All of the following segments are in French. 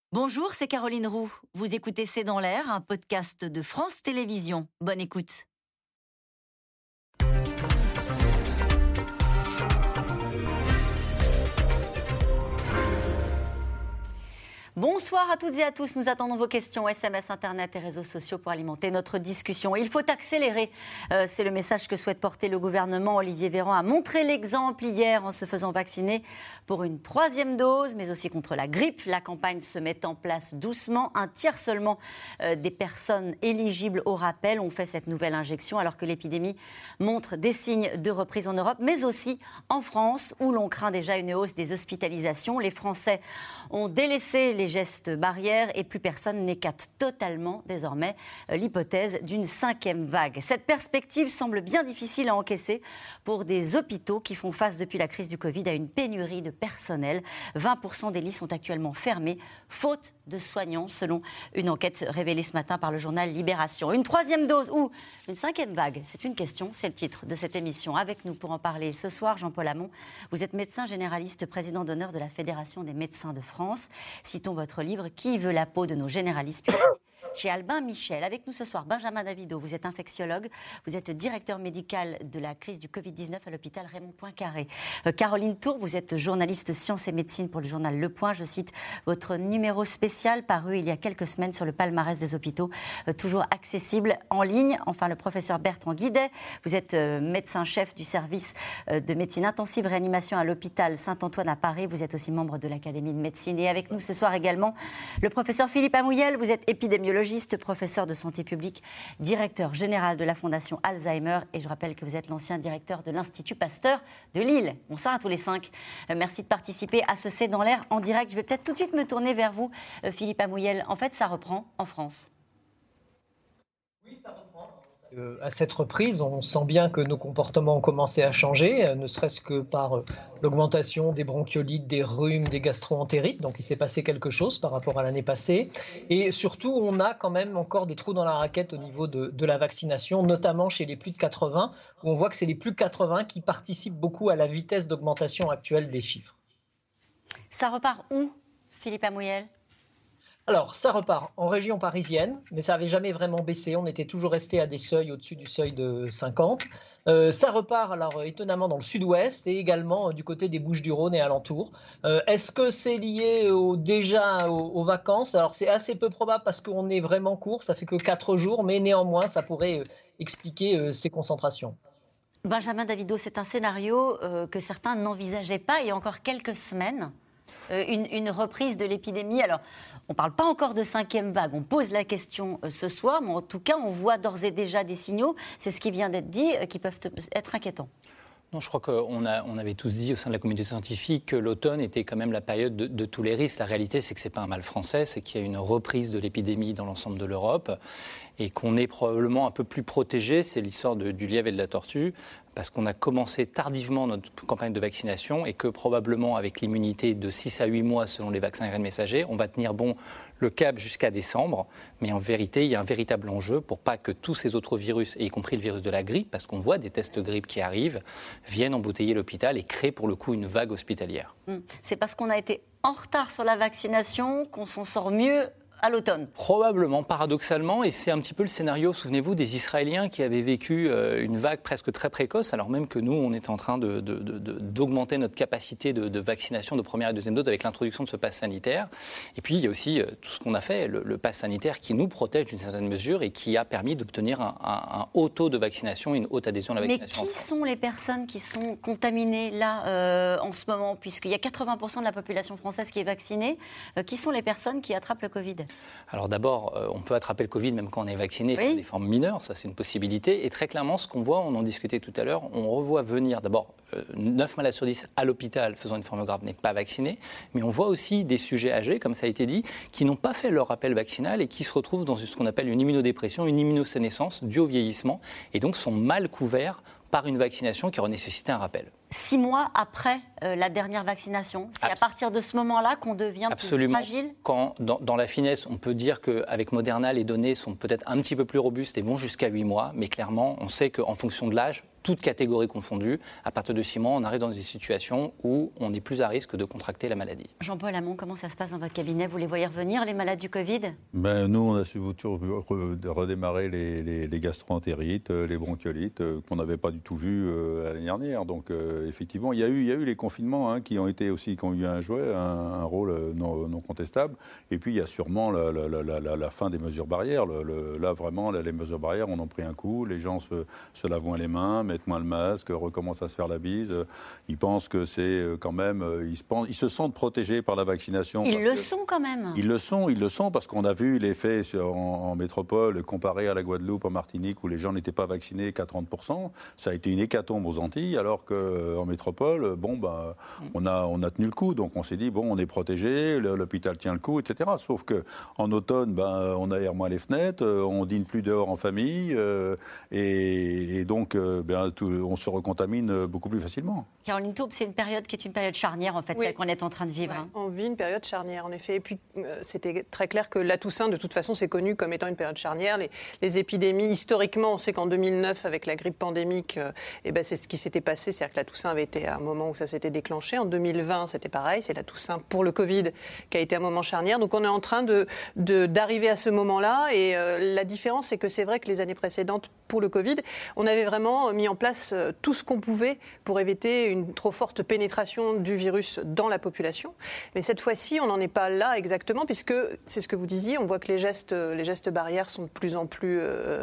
Bonjour, c'est Caroline Roux. Vous écoutez C'est dans l'air, un podcast de France Télévisions. Bonne écoute. Bonsoir à toutes et à tous. Nous attendons vos questions, SMS, Internet et réseaux sociaux pour alimenter notre discussion. Il faut accélérer. C'est le message que souhaite porter le gouvernement. Olivier Véran a montré l'exemple hier en se faisant vacciner pour une 3e dose, mais aussi contre la grippe. La campagne se met en place doucement. Un tiers seulement des personnes éligibles au rappel ont fait cette nouvelle injection, alors que l'épidémie montre des signes de reprise en Europe, mais aussi en France, où l'on craint déjà une hausse des hospitalisations. Les Français ont délaissé les gestes barrières et plus personne n'écarte totalement désormais l'hypothèse d'une 5e vague. Cette perspective semble bien difficile à encaisser pour des hôpitaux qui font face depuis la crise du Covid à une pénurie de personnel. 20% des lits sont actuellement fermés, faute de soignants, selon une enquête révélée ce matin par le journal Libération. Une 3e dose ou une 5e vague, c'est une question, c'est le titre de cette émission. Avec nous pour en parler ce soir, Jean-Paul Hamon, vous êtes médecin généraliste, président d'honneur de la Fédération des médecins de France. Citons votre livre « Qui veut la peau de nos généralistes ?» publié chez Albin Michel. Avec nous ce soir, Benjamin Davido, vous êtes infectiologue, vous êtes directeur médical de la crise du Covid-19 à l'hôpital Raymond Poincaré. Caroline Tour, vous êtes journaliste sciences et médecine pour le journal Le Point. Je cite votre numéro spécial paru il y a quelques semaines sur le palmarès des hôpitaux, toujours accessible en ligne. Enfin, le professeur Bertrand Guidet, vous êtes médecin-chef du service de médecine intensive réanimation à l'hôpital Saint-Antoine à Paris. Vous êtes aussi membre de l'Académie de médecine. Et avec nous ce soir également, le professeur Philippe Amouyel, vous êtes épidémiologiste, professeur de santé publique, directeur général de la Fondation Alzheimer. Et je rappelle que vous êtes l'ancien directeur de l'Institut Pasteur de Lille. Bonsoir à tous les 5. Merci de participer à ce C'est dans l'air en direct. Je vais peut-être tout de suite me tourner vers vous, Philippe Amouyel. En fait, ça reprend en France. Oui, ça reprend. À cette reprise, on sent bien que nos comportements ont commencé à changer, ne serait-ce que par l'augmentation des bronchiolites, des rhumes, des gastro-entérites. Donc il s'est passé quelque chose par rapport à l'année passée. Et surtout, on a quand même encore des trous dans la raquette au niveau de la vaccination, notamment chez les plus de 80, où on voit que c'est les plus de 80 qui participent beaucoup à la vitesse d'augmentation actuelle des chiffres. Ça repart où, Philippe Amouyel ? Alors, ça repart en région parisienne, mais ça n'avait jamais vraiment baissé. On était toujours resté à des seuils au-dessus du seuil de 50. Ça repart, alors étonnamment, dans le sud-ouest et également du côté des Bouches-du-Rhône et alentours. Est-ce que c'est lié déjà aux vacances ? Alors, c'est assez peu probable parce qu'on est vraiment court, ça fait que 4 jours, mais néanmoins, ça pourrait expliquer ces concentrations. Benjamin Davido, c'est un scénario que certains n'envisageaient pas il y a encore quelques semaines. Une reprise de l'épidémie. Alors, on ne parle pas encore de 5e vague, on pose la question ce soir, mais en tout cas, on voit d'ores et déjà des signaux, c'est ce qui vient d'être dit, qui peuvent être inquiétants. Non, je crois qu'on avait tous dit au sein de la communauté scientifique que l'automne était quand même la période de tous les risques. La réalité, c'est que ce n'est pas un mal français, c'est qu'il y a une reprise de l'épidémie dans l'ensemble de l'Europe et qu'on est probablement un peu plus protégé. C'est l'histoire du lièvre et de la tortue, parce qu'on a commencé tardivement notre campagne de vaccination et que probablement avec l'immunité de 6 à 8 mois selon les vaccins ARN messagers, on va tenir bon le cap jusqu'à décembre. Mais en vérité, il y a un véritable enjeu pour pas que tous ces autres virus, y compris le virus de la grippe, parce qu'on voit des tests grippe qui arrivent, viennent embouteiller l'hôpital et créent pour le coup une vague hospitalière. C'est parce qu'on a été en retard sur la vaccination qu'on s'en sort mieux à l'automne. Probablement, paradoxalement, et c'est un petit peu le scénario, souvenez-vous, des Israéliens qui avaient vécu une vague presque très précoce, alors même que nous, on est en train d'augmenter notre capacité de vaccination de première et deuxième dose avec l'introduction de ce pass sanitaire. Et puis, il y a aussi tout ce qu'on a fait, le pass sanitaire qui nous protège d'une certaine mesure et qui a permis d'obtenir un haut taux de vaccination et une haute adhésion à la vaccination. Mais qui sont les personnes qui sont contaminées là en ce moment, puisqu'il y a 80% de la population française qui est vaccinée, qui sont les personnes qui attrapent le Covid ? Alors d'abord, on peut attraper le Covid même quand on est vacciné, oui. Des formes mineures, ça c'est une possibilité. Et très clairement, ce qu'on voit, on en discutait tout à l'heure, on revoit venir d'abord 9 malades sur 10 à l'hôpital faisant une forme grave n'est pas vacciné, mais on voit aussi des sujets âgés, comme ça a été dit, qui n'ont pas fait leur rappel vaccinal et qui se retrouvent dans ce qu'on appelle une immunodépression, une immunosénescence due au vieillissement, et donc sont mal couverts par une vaccination qui aurait nécessité un rappel. 6 mois après la dernière vaccination. C'est à partir de ce moment-là qu'on devient plus fragile. Dans la finesse, on peut dire qu'avec Moderna, les données sont peut-être un petit peu plus robustes et vont jusqu'à 8 mois. Mais clairement, on sait qu'en fonction de l'âge, toutes catégories confondues, à partir de 6 mois, on arrive dans des situations où on est plus à risque de contracter la maladie. Jean-Paul Hamon, comment ça se passe dans votre cabinet? Vous les voyez revenir, les malades du Covid? Nous, on a su redémarrer les gastro-entérites, les bronchiolites, qu'on n'avait pas du tout vu l'année dernière. Donc, effectivement, il y a eu les confinements qui ont eu un rôle non contestable. Et puis, il y a sûrement la fin des mesures barrières. Là, vraiment, les mesures barrières, on en pris un coup. Les gens se lavent moins les mains, mettent moins le masque, recommencent à se faire la bise. Ils pensent que c'est quand même... Ils se sentent protégés par la vaccination. Ils le sont quand même. Ils le sont parce qu'on a vu l'effet en métropole comparé à la Guadeloupe, en Martinique, où les gens n'étaient pas vaccinés qu'à 30%. Ça a été une hécatombe aux Antilles, alors qu'en métropole, on a tenu le coup. Donc on s'est dit, on est protégé, l'hôpital tient le coup, etc. Sauf qu'en automne, on aère moins les fenêtres, on dîne plus dehors en famille, et donc on se recontamine beaucoup plus facilement. Caroline Tourbe, c'est une période qui est une période charnière, en fait, celle qu'on est en train de vivre. Ouais, on vit une période charnière, en effet. Et puis, c'était très clair que la Toussaint, de toute façon, c'est connu comme étant une période charnière. Les épidémies, historiquement, on sait qu'en 2009, avec la grippe pandémique, c'est ce qui s'était passé. C'est-à-dire que la Toussaint avait été un moment où ça s'était déclenché. En 2020, c'était pareil. C'est la Toussaint pour le Covid qui a été un moment charnière. Donc, on est en train d'arriver à ce moment-là. Et la différence, c'est que c'est vrai que les années précédentes, pour le Covid, on avait vraiment mis en place tout ce qu'on pouvait pour éviter une trop forte pénétration du virus dans la population. Mais cette fois-ci, on n'en est pas là exactement, puisque c'est ce que vous disiez, on voit que les gestes barrières sont de plus en plus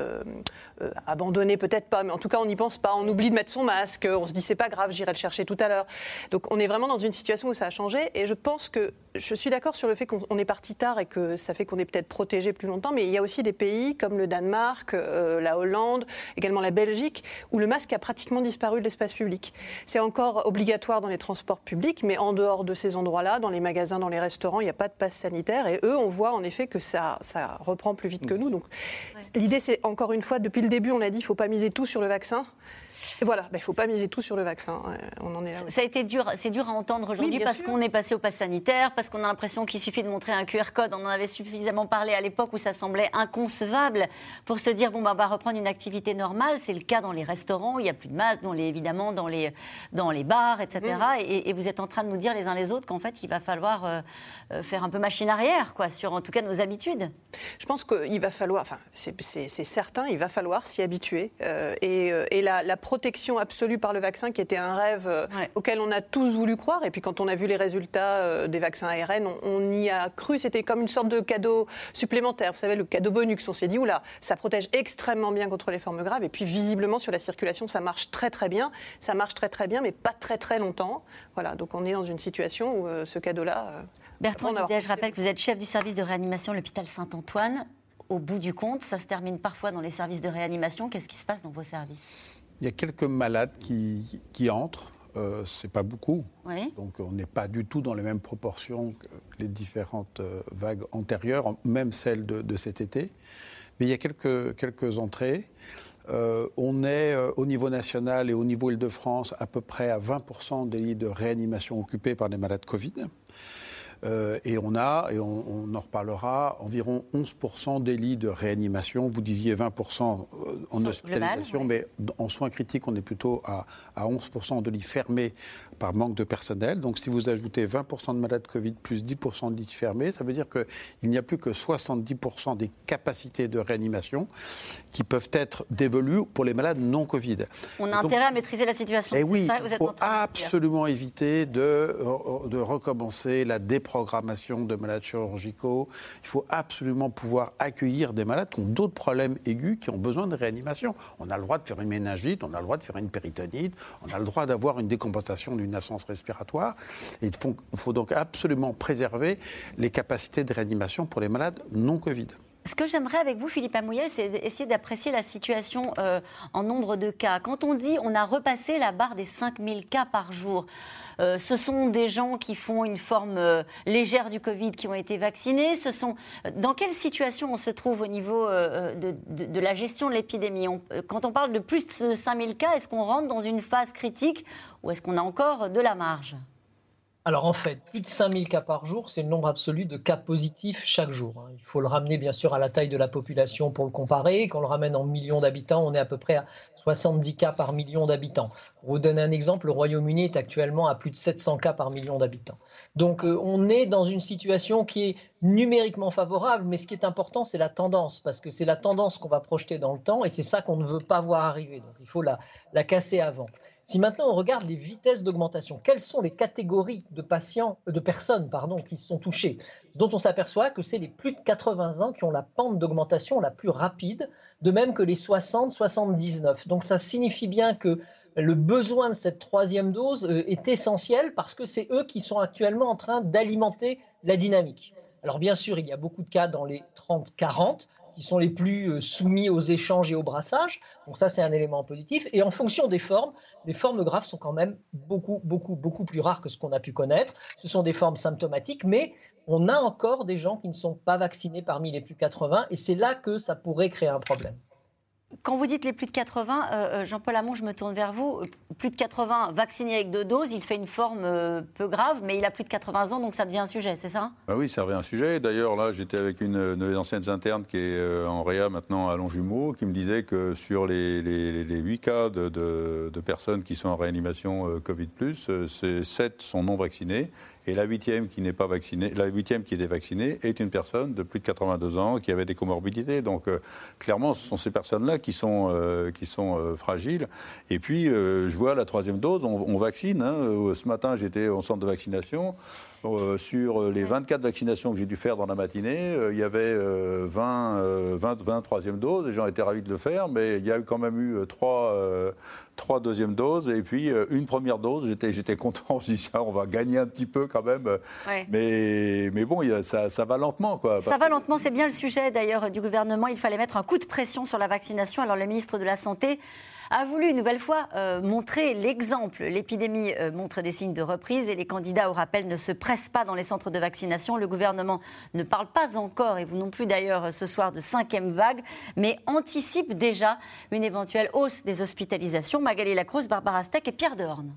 abandonnés, peut-être pas, mais en tout cas, on n'y pense pas. On oublie de mettre son masque, on se dit c'est pas grave, j'irai le chercher tout à l'heure. Donc on est vraiment dans une situation où ça a changé, et je suis d'accord sur le fait qu'on est parti tard et que ça fait qu'on est peut-être protégé plus longtemps, mais il y a aussi des pays comme le Danemark, la Hollande, également la Belgique, où le masque a pratiquement disparu de l'espace public. C'est encore obligatoire dans les transports publics, mais en dehors de ces endroits-là, dans les magasins, dans les restaurants, il n'y a pas de passe sanitaire. Et eux, on voit en effet que ça reprend plus vite que nous. Donc l'idée, c'est encore une fois, depuis le début, on a dit qu'il ne faut pas miser tout sur le vaccin. Et voilà, il ne faut pas miser tout sur le vaccin. On en est là. Ça a été dur, c'est dur à entendre aujourd'hui parce qu'on est passé au pass sanitaire, parce qu'on a l'impression qu'il suffit de montrer un QR code. On en avait suffisamment parlé à l'époque où ça semblait inconcevable pour se dire on va reprendre une activité normale. C'est le cas dans les restaurants, il n'y a plus de masques, évidemment dans les bars, etc. Et vous êtes en train de nous dire les uns les autres qu'en fait il va falloir faire un peu machine arrière, sur en tout cas nos habitudes. Je pense qu'il va falloir, c'est certain, il va falloir s'y habituer. Et la protection absolue par le vaccin, qui était un rêve auquel on a tous voulu croire. Et puis quand on a vu les résultats des vaccins ARN, on y a cru. C'était comme une sorte de cadeau supplémentaire. Vous savez, le cadeau bonus. On s'est dit, oula, ça protège extrêmement bien contre les formes graves. Et puis visiblement, sur la circulation, ça marche très très bien. Ça marche très très bien, mais pas très très longtemps. Voilà, donc on est dans une situation où ce cadeau-là... Bertrand Guidet, je rappelle que vous êtes chef du service de réanimation de l'hôpital Saint-Antoine. Au bout du compte, ça se termine parfois dans les services de réanimation. Qu'est-ce qui se passe dans vos services ? Il y a quelques malades qui entrent, c'est pas beaucoup. Oui. Donc on n'est pas du tout dans les mêmes proportions que les différentes vagues antérieures, même celles de cet été. Mais il y a quelques entrées. On est au niveau national et au niveau Île-de-France à peu près à 20% des lits de réanimation occupés par des malades Covid. Et on en reparlera, environ 11% des lits de réanimation. Vous disiez 20% en hospitalisation, mais en soins critiques, on est plutôt à 11% de lits fermés par manque de personnel. Donc si vous ajoutez 20% de malades Covid plus 10% de lits fermés, ça veut dire qu'il n'y a plus que 70% des capacités de réanimation qui peuvent être dévolues pour les malades non Covid. On a intérêt à maîtriser la situation. Et oui, ça que vous êtes il faut en train absolument éviter de recommencer la déprogrammation de malades chirurgicaux. Il faut absolument pouvoir accueillir des malades qui ont d'autres problèmes aigus, qui ont besoin de réanimation. On a le droit de faire une méningite, on a le droit de faire une péritonite, on a le droit d'avoir une décompensation d'une absence respiratoire. Et il faut donc absolument préserver les capacités de réanimation pour les malades non Covid. Ce que j'aimerais avec vous, Philippe Amouyel, c'est essayer d'apprécier la situation en nombre de cas. Quand on dit on a repassé la barre des 5000 cas par jour, ce sont des gens qui font une forme légère du Covid, qui ont été vaccinés. Dans quelle situation on se trouve au niveau de la gestion de l'épidémie? Quand on parle de plus de 5000 cas, est-ce qu'on rentre dans une phase critique ou est-ce qu'on a encore de la marge? Alors en fait, plus de 5000 cas par jour, c'est le nombre absolu de cas positifs chaque jour. Il faut le ramener bien sûr à la taille de la population pour le comparer. Quand on le ramène en millions d'habitants, on est à peu près à 70 cas par million d'habitants. Pour vous donner un exemple, le Royaume-Uni est actuellement à plus de 700 cas par million d'habitants. Donc on est dans une situation qui est numériquement favorable, mais ce qui est important, c'est la tendance, parce que c'est la tendance qu'on va projeter dans le temps et c'est ça qu'on ne veut pas voir arriver. Donc il faut la casser avant. Si maintenant on regarde les vitesses d'augmentation, quelles sont les catégories de personnes qui sont touchées, dont on s'aperçoit que c'est les plus de 80 ans qui ont la pente d'augmentation la plus rapide, de même que les 60-79. Donc ça signifie bien que le besoin de cette troisième dose est essentiel parce que c'est eux qui sont actuellement en train d'alimenter la dynamique. Alors bien sûr, il y a beaucoup de cas dans les 30-40, qui sont les plus soumis aux échanges et au brassage. Donc ça, c'est un élément positif. Et en fonction des formes, les formes graves sont quand même beaucoup plus rares que ce qu'on a pu connaître. Ce sont des formes symptomatiques, mais on a encore des gens qui ne sont pas vaccinés parmi les plus de 80, et c'est là que ça pourrait créer un problème. Quand vous dites les plus de 80, Jean-Paul Hamon, je me tourne vers vous. Plus de 80 vaccinés avec 2 doses, il fait une forme peu grave, mais il a plus de 80 ans, donc ça devient un sujet, c'est ça? Oui, ça devient un sujet. D'ailleurs, là, j'étais avec une des anciennes internes qui est en réa maintenant à Longjumeau, qui me disait que sur les 8 cas de personnes qui sont en réanimation Covid+, 7 sont non vaccinés. Et la 8e qui n'est pas vaccinée, la 8e qui était vaccinée est une personne de plus de 82 ans qui avait des comorbidités. Donc clairement, ce sont ces personnes-là qui sont fragiles. Et puis, je vois la 3e dose, on vaccine. Ce matin, j'étais au centre de vaccination. Sur les 24 vaccinations que j'ai dû faire dans la matinée, il y avait 20 troisième doses. Les gens étaient ravis de le faire, mais il y a quand même eu 3 deuxièmes doses et puis une première dose. J'étais content, je dis ça, on va gagner un petit peu quand même. Ouais. Mais bon, ça va lentement, quoi. Ça va lentement, c'est bien le sujet d'ailleurs du gouvernement. Il fallait mettre un coup de pression sur la vaccination. Alors le ministre de la Santé a voulu une nouvelle fois montrer l'exemple. L'épidémie montre des signes de reprise et les candidats au rappel ne se pressent pas dans les centres de vaccination. Le gouvernement ne parle pas encore, et vous non plus d'ailleurs ce soir, de 5e vague, mais anticipe déjà une éventuelle hausse des hospitalisations. Magali Lacroze, Barbara Steck et Pierre Dehorne.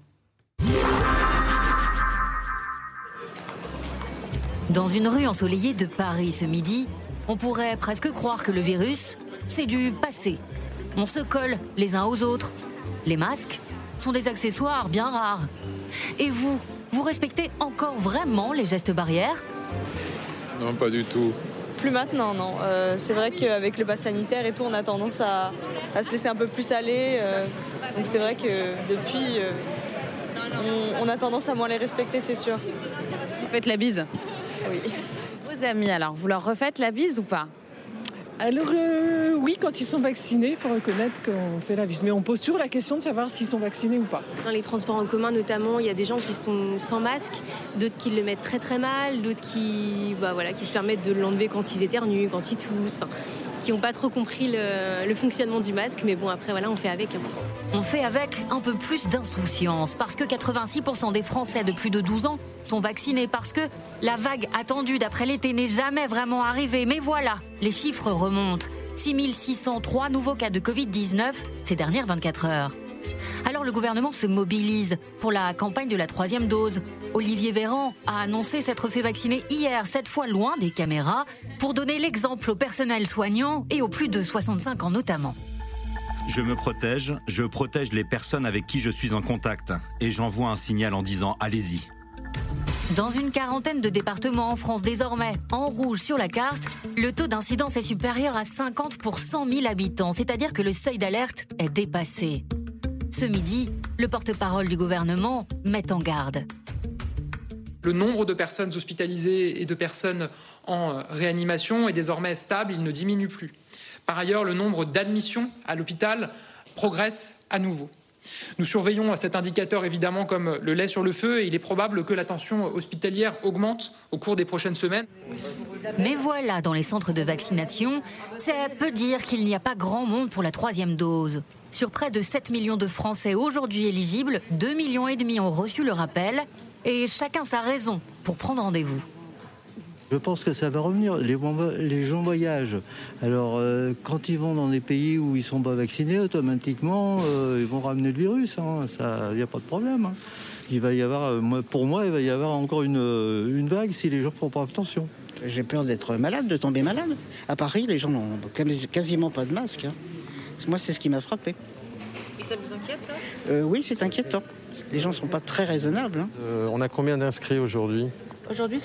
Dans une rue ensoleillée de Paris ce midi, on pourrait presque croire que le virus, c'est du passé. On se colle les uns aux autres. Les masques sont des accessoires bien rares. Et vous respectez encore vraiment les gestes barrières? Non, pas du tout. Plus maintenant, non. C'est vrai qu'avec le pass sanitaire et tout, on a tendance à se laisser un peu plus aller. Donc c'est vrai que depuis, on a tendance à moins les respecter, c'est sûr. Vous faites la bise? Oui. Vos amis, alors, vous leur refaites la bise ou pas? Alors oui, quand ils sont vaccinés, il faut reconnaître qu'on fait la bise. Mais on pose toujours la question de savoir s'ils sont vaccinés ou pas. Dans les transports en commun notamment, il y a des gens qui sont sans masque, d'autres qui le mettent très très mal, d'autres qui se permettent de l'enlever quand ils éternuent, quand ils toussent, qui n'ont pas trop compris le fonctionnement du masque. Mais bon, après voilà, on fait avec. On fait avec un peu plus d'insouciance parce que 86% des Français de plus de 12 ans sont vaccinés, parce que la vague attendue d'après l'été n'est jamais vraiment arrivée. Mais voilà, les chiffres remontent. 6603 nouveaux cas de Covid-19 ces dernières 24 heures. Alors le gouvernement se mobilise pour la campagne de la 3e dose. Olivier Véran a annoncé s'être fait vacciner hier, cette fois loin des caméras, pour donner l'exemple au personnel soignant et aux plus de 65 ans notamment. Je me protège, je protège les personnes avec qui je suis en contact et j'envoie un signal en disant « allez-y ». Dans une quarantaine de départements en France désormais, en rouge sur la carte, le taux d'incidence est supérieur à 50 pour 100 000 habitants, c'est-à-dire que le seuil d'alerte est dépassé. Ce midi, le porte-parole du gouvernement met en garde. Le nombre de personnes hospitalisées et de personnes en réanimation est désormais stable, il ne diminue plus. Par ailleurs, le nombre d'admissions à l'hôpital progresse à nouveau. Nous surveillons cet indicateur évidemment comme le lait sur le feu et il est probable que la tension hospitalière augmente au cours des prochaines semaines. Mais voilà, dans les centres de vaccination, ça peut dire qu'il n'y a pas grand monde pour la 3e dose. Sur près de 7 millions de Français aujourd'hui éligibles, 2,5 millions ont reçu le rappel et chacun sa raison pour prendre rendez-vous. Je pense que ça va revenir. Les gens voyagent. Alors, quand ils vont dans des pays où ils ne sont pas vaccinés, automatiquement, ils vont ramener le virus. Il n'y a pas de problème. Il va y avoir, pour moi, il va y avoir encore une vague si les gens ne font pas attention. J'ai peur d'être malade, de tomber malade. À Paris, les gens n'ont quasiment pas de masque. Moi, c'est ce qui m'a frappé. Et ça vous inquiète, ça ? Oui, c'est inquiétant. Les gens ne sont pas très raisonnables. On a combien d'inscrits aujourd'hui ? Aujourd'hui,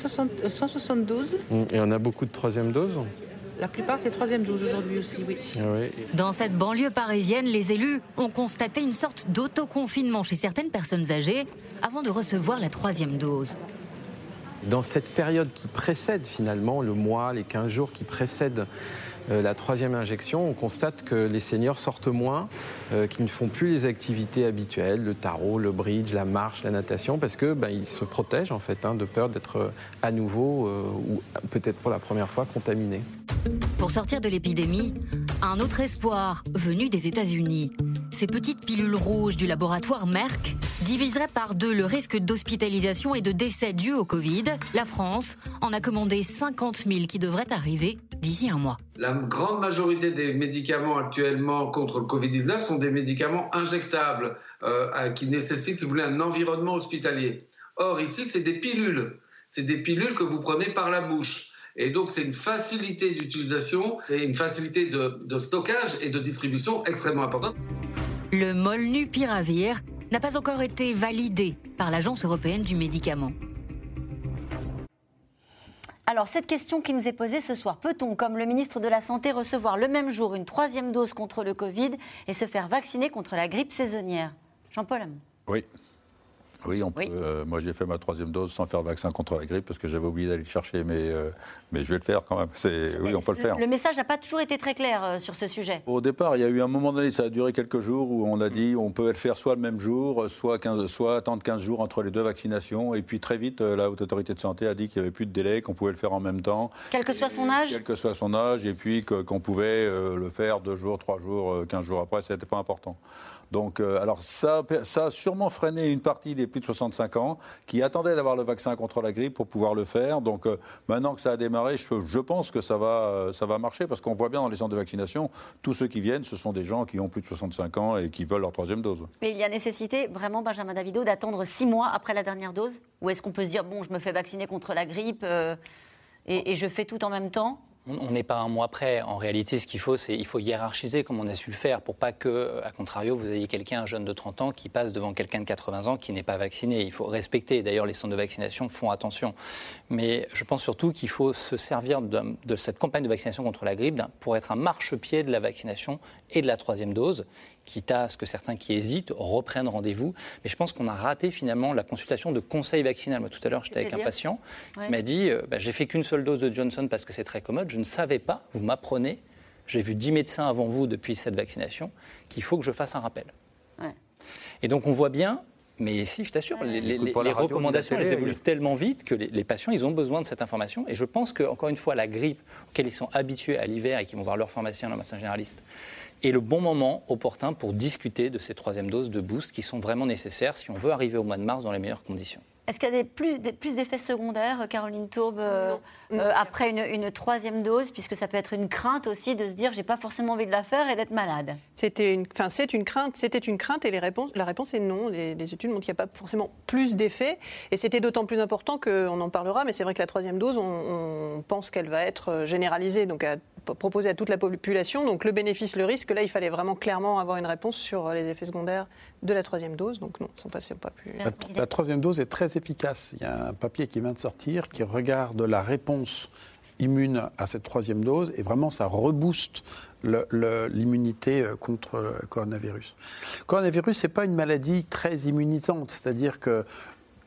172. Et on a beaucoup de 3e doses ? La plupart, c'est 3e dose aujourd'hui aussi, oui. Dans cette banlieue parisienne, les élus ont constaté une sorte d'autoconfinement chez certaines personnes âgées avant de recevoir la 3e dose. Dans cette période qui précède finalement le mois, les 15 jours qui précèdent la 3e injection, on constate que les seniors sortent moins, qu'ils ne font plus les activités habituelles, le tarot, le bridge, la marche, la natation, parce que ils se protègent en fait de peur d'être à nouveau ou peut-être pour la première fois contaminés. Pour sortir de l'épidémie, un autre espoir venu des États-Unis. Ces petites pilules rouges du laboratoire Merck diviseraient par 2 le risque d'hospitalisation et de décès dû au Covid. La France en a commandé 50 000 qui devraient arriver d'ici un mois. La grande majorité des médicaments actuellement contre le Covid-19 sont des médicaments injectables qui nécessitent, si vous voulez, un environnement hospitalier. Or, ici, c'est des pilules. C'est des pilules que vous prenez par la bouche. Et donc, c'est une facilité d'utilisation et une facilité de stockage et de distribution extrêmement importante. Le Molnupiravir n'a pas encore été validé par l'Agence européenne du médicament. Alors, cette question qui nous est posée ce soir, peut-on, comme le ministre de la Santé, recevoir le même jour une 3e dose contre le Covid et se faire vacciner contre la grippe saisonnière ? Jean-Paul Hamon. Oui, on peut. Moi, j'ai fait ma 3e dose sans faire le vaccin contre la grippe parce que j'avais oublié d'aller le chercher, mais je vais le faire quand même. Oui, on peut le faire. Le message n'a pas toujours été très clair sur ce sujet. Au départ, il y a eu un moment donné, ça a duré quelques jours, où on a dit on peut le faire soit le même jour, soit attendre 15 jours entre les 2 vaccinations. Et puis très vite, la Haute Autorité de Santé a dit qu'il n'y avait plus de délai, qu'on pouvait le faire en même temps. Quel que soit son âge ? Quel que soit son âge, et puis qu'on pouvait le faire 2 jours, 3 jours, 15 jours après, ça n'était pas important. Donc, alors ça a sûrement freiné une partie des plus de 65 ans qui attendaient d'avoir le vaccin contre la grippe pour pouvoir le faire. Donc, maintenant que ça a démarré, je pense que ça va marcher parce qu'on voit bien dans les centres de vaccination, tous ceux qui viennent, ce sont des gens qui ont plus de 65 ans et qui veulent leur 3e dose. Mais il y a nécessité, vraiment, Benjamin Davido, d'attendre 6 mois après la dernière dose ? Ou est-ce qu'on peut se dire, bon, je me fais vacciner contre la grippe et je fais tout en même temps ? On n'est pas un mois près. En réalité, ce qu'il faut, c'est il faut hiérarchiser comme on a su le faire pour pas que, à contrario, vous ayez quelqu'un, un jeune de 30 ans, qui passe devant quelqu'un de 80 ans qui n'est pas vacciné. Il faut respecter. D'ailleurs, les centres de vaccination font attention. Mais je pense surtout qu'il faut se servir de cette campagne de vaccination contre la grippe pour être un marchepied de la vaccination et de la 3e dose, quitte à ce que certains qui hésitent reprennent rendez-vous. Mais je pense qu'on a raté finalement la consultation de conseil vaccinal. Moi, tout à l'heure, j'étais avec un patient qui m'a dit j'ai fait qu'une seule dose de Johnson parce que c'est très commode. Je ne savais pas, vous m'apprenez, j'ai vu 10 médecins avant vous depuis cette vaccination, qu'il faut que je fasse un rappel. Ouais. Et donc on voit bien, mais ici je t'assure, les recommandations elles évoluent tellement vite que les patients ils ont besoin de cette information. Et je pense qu'encore une fois, la grippe auquel ils sont habitués à l'hiver et qui vont voir leur pharmacien, leur médecin généraliste, est le bon moment opportun pour discuter de ces 3e doses de boost qui sont vraiment nécessaires si on veut arriver au mois de mars dans les meilleures conditions. Est-ce qu'il y a plus d'effets secondaires, Caroline Tourbe, après une 3e dose, puisque ça peut être une crainte aussi de se dire j'ai pas forcément envie de la faire et d'être malade ? C'était une crainte et la réponse est non. Les études montrent qu'il n'y a pas forcément plus d'effets et c'était d'autant plus important qu'on en parlera, mais c'est vrai que la 3e dose, on pense qu'elle va être généralisée, donc proposée à toute la population. Donc le bénéfice, le risque, là il fallait vraiment clairement avoir une réponse sur les effets secondaires de la 3e dose. Donc non, ça ne pas plus. La 3e dose est très efficace. Il y a un papier qui vient de sortir qui regarde la réponse immune à cette 3e dose et vraiment ça rebooste l'immunité contre le coronavirus. Le coronavirus, ce n'est pas une maladie très immunisante, c'est-à-dire que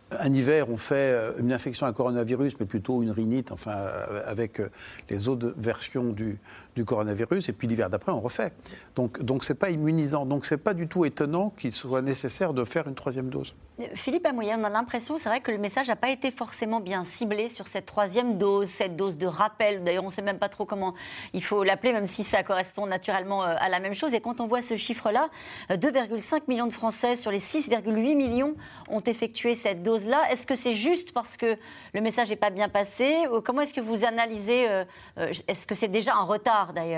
un hiver, on fait une infection à coronavirus, mais plutôt une rhinite, avec les autres versions du coronavirus, et puis l'hiver d'après, on refait. Donc c'est pas immunisant. Donc c'est pas du tout étonnant qu'il soit nécessaire de faire une 3e dose. Philippe Amouillet, on a l'impression, c'est vrai que le message n'a pas été forcément bien ciblé sur cette 3e dose, cette dose de rappel. D'ailleurs, on ne sait même pas trop comment il faut l'appeler, même si ça correspond naturellement à la même chose. Et quand on voit ce chiffre-là, 2,5 millions de Français sur les 6,8 millions ont effectué cette dose-là. Est-ce que c'est juste parce que le message n'est pas bien passé ? Comment est-ce que vous analysez Est-ce que c'est déjà un retard d'ailleurs ?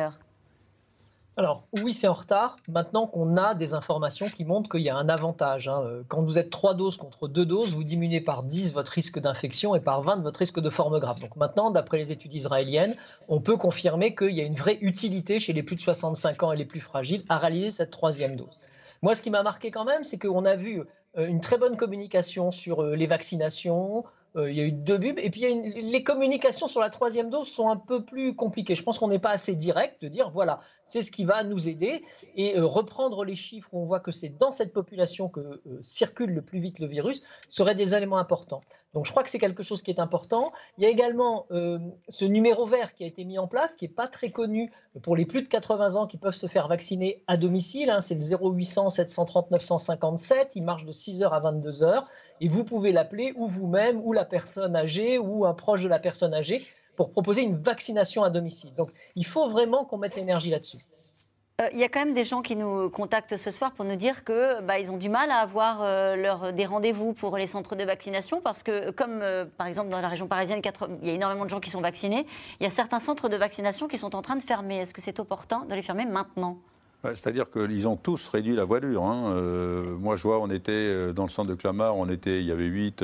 Alors, oui, c'est en retard. Maintenant qu'on a des informations qui montrent qu'il y a un avantage. Quand vous êtes 3 doses contre 2 doses, vous diminuez par 10 votre risque d'infection et par 20 votre risque de forme grave. Donc maintenant, d'après les études israéliennes, on peut confirmer qu'il y a une vraie utilité chez les plus de 65 ans et les plus fragiles à réaliser cette 3e dose. Moi, ce qui m'a marqué quand même, c'est qu'on a vu une très bonne communication sur les vaccinations. Il y a eu 2 bulbes. Et puis, les communications sur la 3e dose sont un peu plus compliquées. Je pense qu'on n'est pas assez direct de dire, voilà, c'est ce qui va nous aider. Et reprendre les chiffres où on voit que c'est dans cette population que circule le plus vite le virus seraient des éléments importants. Donc, je crois que c'est quelque chose qui est important. Il y a également ce numéro vert qui a été mis en place, qui n'est pas très connu pour les plus de 80 ans qui peuvent se faire vacciner à domicile. C'est le 0800 730 957. Il marche de 6h à 22h. Et vous pouvez l'appeler ou vous-même, ou la personne âgée, ou un proche de la personne âgée, pour proposer une vaccination à domicile. Donc, il faut vraiment qu'on mette l'énergie là-dessus. Il y a quand même des gens qui nous contactent ce soir pour nous dire qu'ils ont du mal à avoir des rendez-vous pour les centres de vaccination parce que, comme par exemple dans la région parisienne, il y a énormément de gens qui sont vaccinés, il y a certains centres de vaccination qui sont en train de fermer. Est-ce que c'est opportun de les fermer maintenant ? C'est-à-dire qu'ils ont tous réduit la voilure. Moi, je vois, on était dans le centre de Clamart, il y avait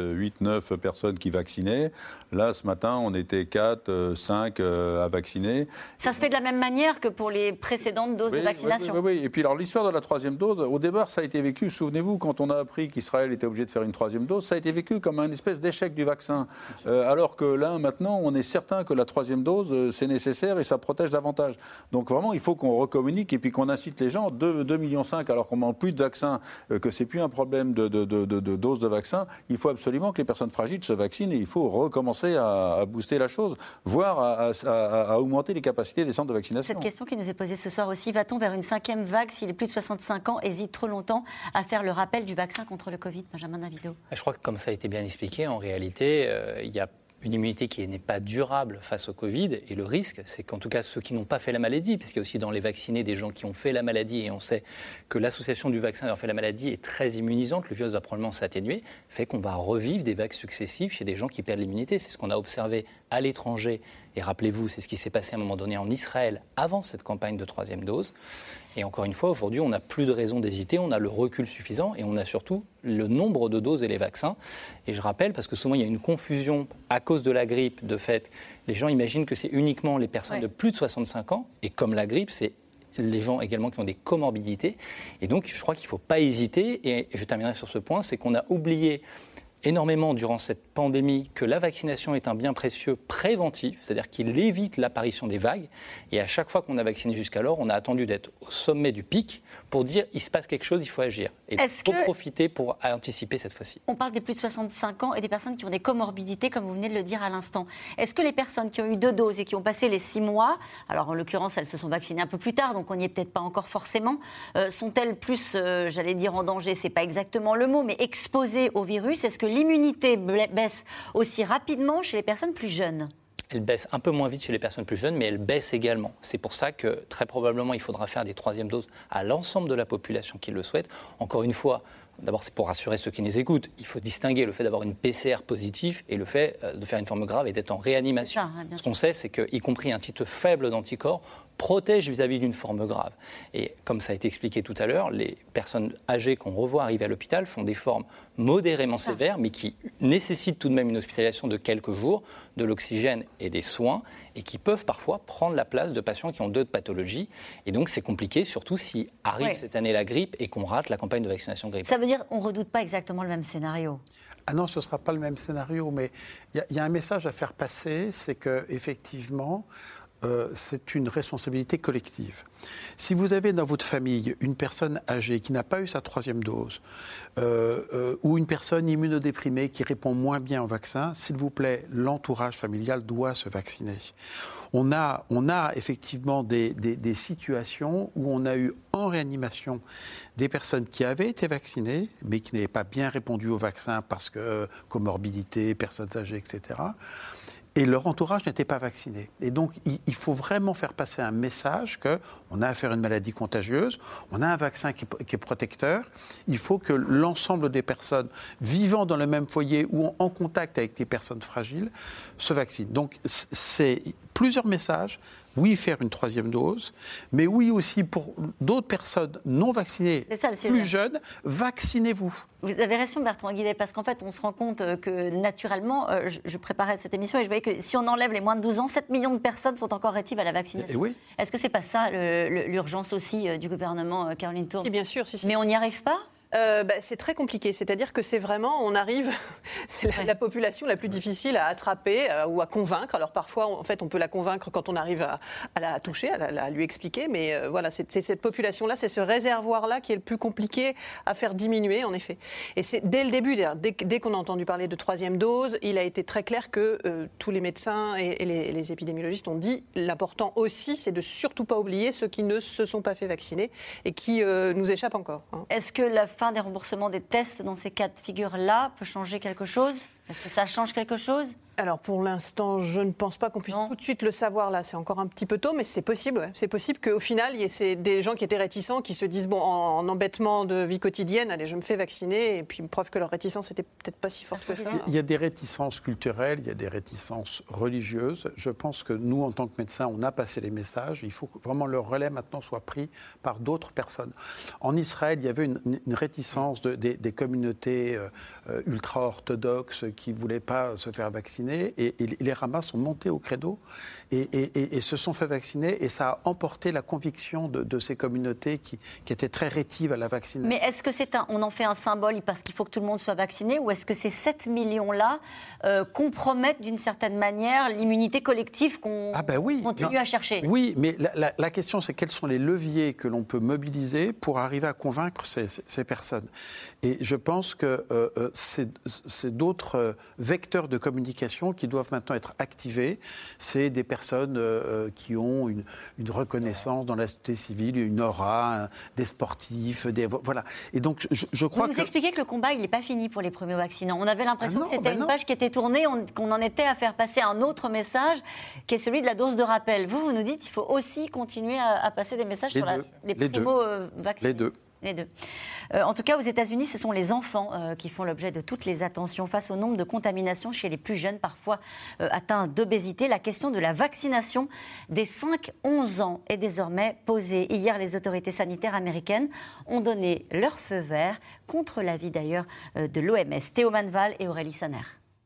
8-9 personnes qui vaccinaient. Là, ce matin, on était 4, 5 à vacciner. Ça se fait de la même manière que pour les précédentes doses de vaccination. Oui. Et puis, alors, l'histoire de la 3e dose, au départ, ça a été vécu, souvenez-vous, quand on a appris qu'Israël était obligé de faire une 3e dose, ça a été vécu comme un espèce d'échec du vaccin. Alors que là, maintenant, on est certain que la 3e dose, c'est nécessaire et ça protège davantage. Donc, vraiment, il faut qu'on recommunique et puis qu'on incite les gens, 2,5 millions, alors qu'on manque plus de vaccins, que c'est plus un problème de doses de vaccins, il faut absolument que les personnes fragiles se vaccinent et il faut recommencer à booster la chose, voire à augmenter les capacités des centres de vaccination. Cette question qui nous est posée ce soir aussi, va-t-on vers une 5e vague si les plus de 65 ans hésitent trop longtemps à faire le rappel du vaccin contre le Covid ? Benjamin Davido. Je crois que comme ça a été bien expliqué, en réalité, il y a une immunité qui n'est pas durable face au Covid. Et le risque, c'est qu'en tout cas, ceux qui n'ont pas fait la maladie, parce qu'il y a aussi dans les vaccinés des gens qui ont fait la maladie, et on sait que l'association du vaccin d'avoir fait la maladie est très immunisante, le virus va probablement s'atténuer, fait qu'on va revivre des vagues successives chez des gens qui perdent l'immunité. C'est ce qu'on a observé à l'étranger. Et rappelez-vous, c'est ce qui s'est passé à un moment donné en Israël avant cette campagne de 3e dose. Et encore une fois, aujourd'hui, on n'a plus de raison d'hésiter, on a le recul suffisant et on a surtout le nombre de doses et les vaccins. Et je rappelle, parce que souvent il y a une confusion à cause de la grippe, de fait, les gens imaginent que c'est uniquement les personnes de plus de 65 ans, et comme la grippe, c'est les gens également qui ont des comorbidités. Et donc, je crois qu'il ne faut pas hésiter, et je terminerai sur ce point, c'est qu'on a oublié énormément durant cette pandémie que la vaccination est un bien précieux préventif, c'est-à-dire qu'il évite l'apparition des vagues. Et à chaque fois qu'on a vacciné jusqu'alors, on a attendu d'être au sommet du pic pour dire il se passe quelque chose, il faut agir. Et il faut profiter pour anticiper cette fois-ci. On parle des plus de 65 ans et des personnes qui ont des comorbidités, comme vous venez de le dire à l'instant. Est-ce que les personnes qui ont eu 2 doses et qui ont passé les 6 mois, alors en l'occurrence elles se sont vaccinées un peu plus tard, donc on n'y est peut-être pas encore forcément, sont-elles plus, j'allais dire en danger, c'est pas exactement le mot, mais exposées au virus ? Est-ce que l'immunité baisse aussi rapidement chez les personnes plus jeunes ? Elle baisse un peu moins vite chez les personnes plus jeunes, mais elle baisse également. C'est pour ça que très probablement il faudra faire des 3e doses à l'ensemble de la population qui le souhaite. Encore une fois, d'abord c'est pour rassurer ceux qui nous écoutent, il faut distinguer le fait d'avoir une PCR positive et le fait de faire une forme grave et d'être en réanimation. Ce qu'on sait, c'est qu'y compris un titre faible d'anticorps protège vis-à-vis d'une forme grave. Et comme ça a été expliqué tout à l'heure, les personnes âgées qu'on revoit arriver à l'hôpital font des formes modérément sévères, mais qui nécessitent tout de même une hospitalisation de quelques jours, de l'oxygène et des soins, et qui peuvent parfois prendre la place de patients qui ont d'autres pathologies. Et donc c'est compliqué, surtout si arrive cette année la grippe et qu'on rate la campagne de vaccination grippe. Ça veut dire qu'on ne redoute pas exactement le même scénario ? Ah non, ce ne sera pas le même scénario, mais il y a un message à faire passer, c'est qu'effectivement, c'est une responsabilité collective. Si vous avez dans votre famille une personne âgée qui n'a pas eu sa 3e dose, ou une personne immunodéprimée qui répond moins bien au vaccin, s'il vous plaît, l'entourage familial doit se vacciner. On a effectivement des situations où on a eu en réanimation des personnes qui avaient été vaccinées, mais qui n'avaient pas bien répondu au vaccin parce que comorbidité, personnes âgées, etc. Et leur entourage n'était pas vacciné. Et donc, il faut vraiment faire passer un message qu'on a affaire à une maladie contagieuse, on a un vaccin qui est protecteur. Il faut que l'ensemble des personnes vivant dans le même foyer ou en contact avec des personnes fragiles se vaccinent. Donc, c'est plusieurs messages. Oui, faire une 3e dose, mais oui aussi pour d'autres personnes non vaccinées, plus jeunes, vaccinez-vous. Vous avez raison, Bertrand Guillet, parce qu'en fait, on se rend compte que naturellement, je préparais cette émission et je voyais que si on enlève les moins de 12 ans, 7 millions de personnes sont encore rétives à la vaccination. Et oui. Est-ce que c'est pas ça l'urgence aussi du gouvernement, Caroline Tourne ? Si, bien sûr. Si. Mais on n'y arrive pas ? C'est très compliqué. C'est-à-dire que c'est vraiment, on arrive, c'est la population la plus difficile à attraper ou à convaincre. Alors parfois, en fait, on peut la convaincre quand on arrive à la toucher, à lui expliquer. Mais voilà, c'est cette population-là, c'est ce réservoir-là qui est le plus compliqué à faire diminuer, en effet. Et c'est dès le début, dès qu'on a entendu parler de 3e dose, il a été très clair que tous les médecins et les épidémiologistes ont dit l'important aussi, c'est de surtout pas oublier ceux qui ne se sont pas fait vacciner et qui nous échappent encore. Est-ce que la fin des remboursements des tests dans ces cas de figure-là peut changer quelque chose ? Est-ce que ça change quelque chose ? Alors pour l'instant, je ne pense pas qu'on puisse tout de suite le savoir. Là, c'est encore un petit peu tôt, mais c'est possible. Ouais. C'est possible qu'au final, il y ait des gens qui étaient réticents, qui se disent, bon, en embêtement de vie quotidienne, allez, je me fais vacciner. Et puis, preuve que leur réticence n'était peut-être pas si forte que ça. Il y a des réticences culturelles, il y a des réticences religieuses. Je pense que nous, en tant que médecins, on a passé les messages. Il faut que vraiment le relais maintenant soit pris par d'autres personnes. En Israël, il y avait une réticence des communautés ultra-orthodoxes qui ne voulaient pas se faire vacciner. Et les Hamas sont montés au credo et se sont fait vacciner. Et ça a emporté la conviction de ces communautés qui étaient très rétives à la vaccination. Mais est-ce que on en fait un symbole parce qu'il faut que tout le monde soit vacciné, ou est-ce que ces 7 millions-là compromettent d'une certaine manière l'immunité collective qu'on continue à chercher ? Oui, mais la question, c'est quels sont les leviers que l'on peut mobiliser pour arriver à convaincre ces personnes. Et je pense que c'est d'autres vecteurs de communication qui doivent maintenant être activés. C'est des personnes qui ont une reconnaissance dans la société civile, une aura, des sportifs, voilà. Et donc, je crois que... Vous nous expliquez que le combat, il n'est pas fini pour les primo-vaccinants. On avait l'impression que c'était une page qui était tournée, qu'on en était à faire passer un autre message, qui est celui de la dose de rappel. Vous nous dites qu'il faut aussi continuer à passer des messages sur les primo-vaccinés. Les deux. En tout cas, aux États-Unis, ce sont les enfants qui font l'objet de toutes les attentions face au nombre de contaminations chez les plus jeunes, parfois atteints d'obésité. La question de la vaccination des 5-11 ans est désormais posée. Hier, les autorités sanitaires américaines ont donné leur feu vert, contre l'avis d'ailleurs de l'OMS. Théo Manval et Aurélie Saner.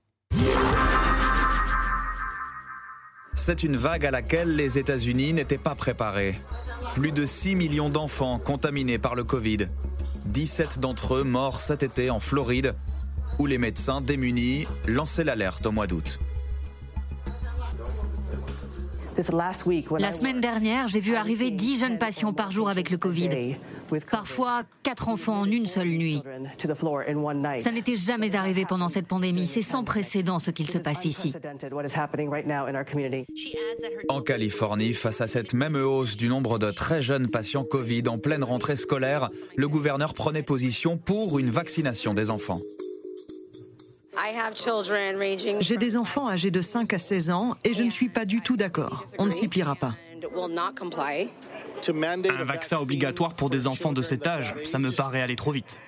C'est une vague à laquelle les États-Unis n'étaient pas préparés. Plus de 6 millions d'enfants contaminés par le Covid. 17 d'entre eux morts cet été en Floride, où les médecins démunis lançaient l'alerte au mois d'août. La semaine dernière, j'ai vu arriver 10 jeunes patients par jour avec le Covid. Parfois 4 enfants en une seule nuit. Ça n'était jamais arrivé pendant cette pandémie. C'est sans précédent ce qu'il se passe ici. En Californie, face à cette même hausse du nombre de très jeunes patients Covid en pleine rentrée scolaire, le gouverneur prenait position pour une vaccination des enfants. J'ai des enfants âgés de 5 à 16 ans et je ne suis pas du tout d'accord. On ne s'y pliera pas. Un vaccin obligatoire pour des enfants de cet âge, ça me paraît aller trop vite.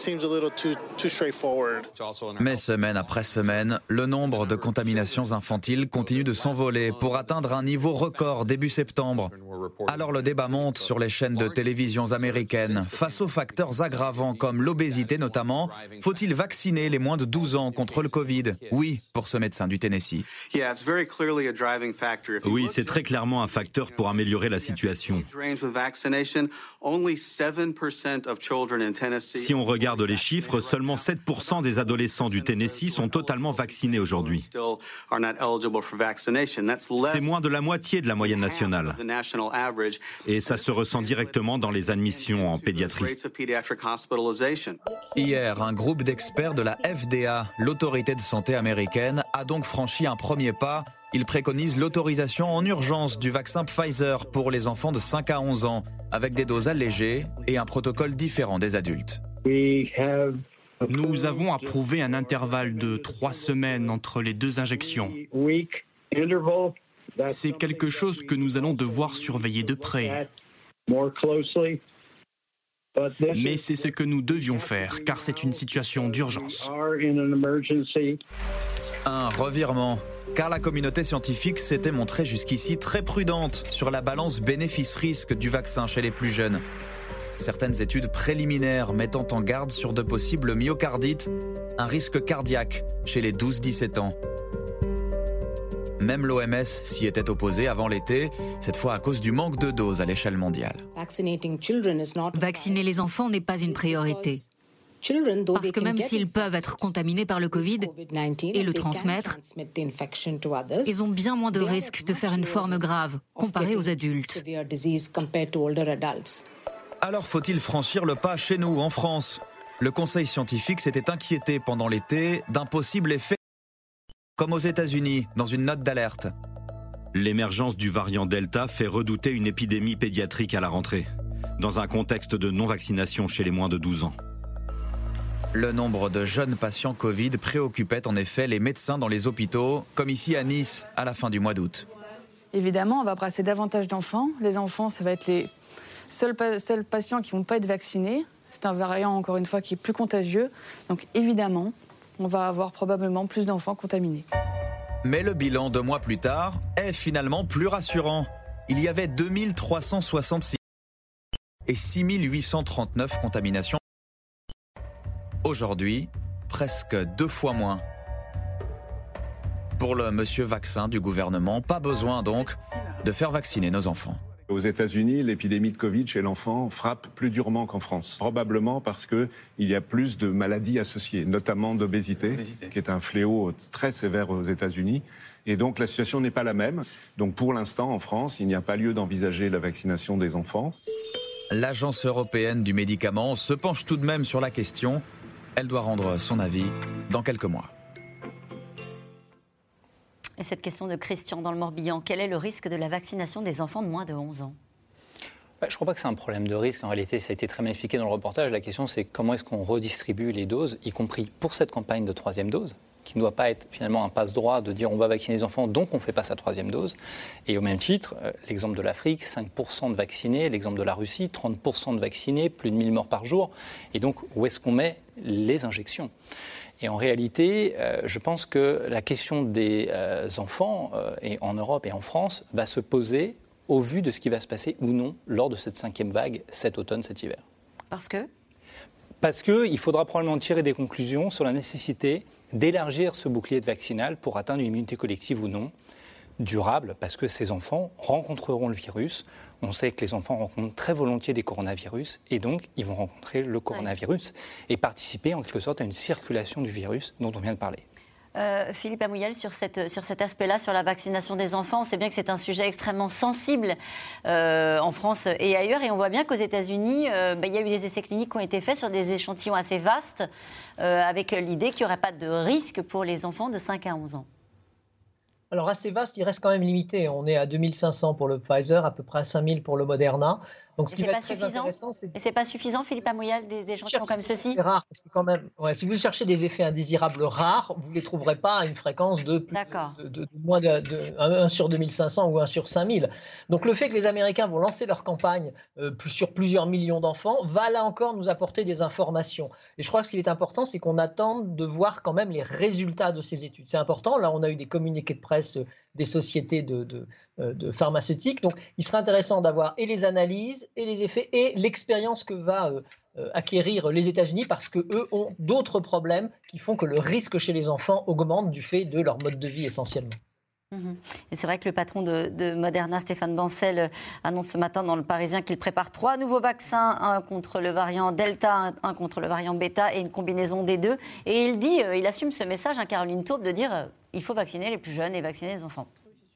Mais semaine après semaine, le nombre de contaminations infantiles continue de s'envoler pour atteindre un niveau record début septembre. Alors le débat monte sur les chaînes de télévision américaines. Face aux facteurs aggravants comme l'obésité notamment, faut-il vacciner les moins de 12 ans contre le Covid? Oui, pour ce médecin du Tennessee. Oui, c'est très clairement un facteur pour améliorer la situation. Si on regarde les chiffres, seulement 7% des adolescents du Tennessee sont totalement vaccinés aujourd'hui. C'est moins de la moitié de la moyenne nationale. Et ça se ressent directement dans les admissions en pédiatrie. Hier, un groupe d'experts de la FDA, l'autorité de santé américaine, a donc franchi un premier pas. Il préconise l'autorisation en urgence du vaccin Pfizer pour les enfants de 5 à 11 ans, avec des doses allégées et un protocole différent des adultes. Nous avons approuvé un intervalle de 3 semaines entre les 2 injections. C'est quelque chose que nous allons devoir surveiller de près. Mais c'est ce que nous devions faire, car c'est une situation d'urgence. Un revirement, car la communauté scientifique s'était montrée jusqu'ici très prudente sur la balance bénéfice-risque du vaccin chez les plus jeunes. Certaines études préliminaires mettant en garde sur de possibles myocardites, un risque cardiaque chez les 12-17 ans. Même l'OMS s'y était opposée avant l'été, cette fois à cause du manque de doses à l'échelle mondiale. Vacciner les enfants n'est pas une priorité. Parce que même s'ils peuvent être contaminés par le Covid et le transmettre, ils ont bien moins de risques de faire une forme grave comparé aux adultes. Alors faut-il franchir le pas chez nous, en France? Le Conseil scientifique s'était inquiété pendant l'été d'un possible effet comme aux États-Unis, dans une note d'alerte. L'émergence du variant Delta fait redouter une épidémie pédiatrique à la rentrée, dans un contexte de non-vaccination chez les moins de 12 ans. Le nombre de jeunes patients Covid préoccupait en effet les médecins dans les hôpitaux, comme ici à Nice, à la fin du mois d'août. Évidemment, on va brasser davantage d'enfants. Les enfants, ça va être les seuls patients qui ne vont pas être vaccinés. C'est un variant, encore une fois, qui est plus contagieux. Donc évidemment, on va avoir probablement plus d'enfants contaminés. Mais le bilan 2 mois plus tard est finalement plus rassurant. Il y avait 2366 et 6839 contaminations. Aujourd'hui, presque 2 fois moins. Pour le monsieur vaccin du gouvernement, pas besoin donc de faire vacciner nos enfants. Aux États-Unis, l'épidémie de Covid chez l'enfant frappe plus durement qu'en France. Probablement parce qu'il y a plus de maladies associées, notamment d'obésité, qui est un fléau très sévère aux États-Unis. Et donc la situation n'est pas la même. Donc pour l'instant, en France, il n'y a pas lieu d'envisager la vaccination des enfants. L'Agence européenne du médicament se penche tout de même sur la question. Elle doit rendre son avis dans quelques mois. Et cette question de Christian dans le Morbihan, quel est le risque de la vaccination des enfants de moins de 11 ans ? Je ne crois pas que c'est un problème de risque. En réalité, ça a été très bien expliqué dans le reportage. La question, c'est comment est-ce qu'on redistribue les doses, y compris pour cette campagne de 3e dose, qui ne doit pas être finalement un passe-droit de dire on va vacciner les enfants, donc on ne fait pas sa 3e dose. Et au même titre, l'exemple de l'Afrique, 5% de vaccinés, l'exemple de la Russie, 30% de vaccinés, plus de 1000 morts par jour. Et donc, où est-ce qu'on met les injections ? Et en réalité, je pense que la question des enfants en Europe et en France va se poser au vu de ce qui va se passer ou non lors de cette 5e vague cet automne, cet hiver. Parce que ? Parce qu'il faudra probablement tirer des conclusions sur la nécessité d'élargir ce bouclier vaccinal pour atteindre une immunité collective ou non, durable, parce que ces enfants rencontreront le virus. On sait que les enfants rencontrent très volontiers des coronavirus et donc ils vont rencontrer le coronavirus et participer en quelque sorte à une circulation du virus dont on vient de parler. Philippe Amouyal, sur cet aspect-là, sur la vaccination des enfants, on sait bien que c'est un sujet extrêmement sensible en France et ailleurs. Et on voit bien qu'aux États-Unis, il y a eu des essais cliniques qui ont été faits sur des échantillons assez vastes, avec l'idée qu'il n'y aurait pas de risque pour les enfants de 5 à 11 ans. Alors assez vaste, il reste quand même limité. On est à 2500 pour le Pfizer, à peu près à 5000 pour le Moderna. Donc, ce qui va être très intéressant, Et c'est pas suffisant, Philippe Amouyal, des échantillons comme ceci? C'est rare, parce que quand même, si vous cherchez des effets indésirables rares, vous ne les trouverez pas à une fréquence de moins de 1 sur 2500 ou 1 sur 5000. Donc, le fait que les Américains vont lancer leur campagne sur plusieurs millions d'enfants va là encore nous apporter des informations. Et je crois que ce qui est important, c'est qu'on attende de voir quand même les résultats de ces études. C'est important. Là, on a eu des communiqués de presse des sociétés de pharmaceutiques. Donc, il serait intéressant d'avoir et les analyses, et les effets, et l'expérience que va acquérir les États-Unis, parce qu'eux ont d'autres problèmes qui font que le risque chez les enfants augmente du fait de leur mode de vie essentiellement. Et c'est vrai que le patron de Moderna, Stéphane Bancel, annonce ce matin dans Le Parisien qu'il prépare 3 nouveaux vaccins, un contre le variant Delta, un contre le variant Beta et une combinaison des deux. Et il dit, il assume ce message, Caroline Taube, de dire il faut vacciner les plus jeunes et vacciner les enfants.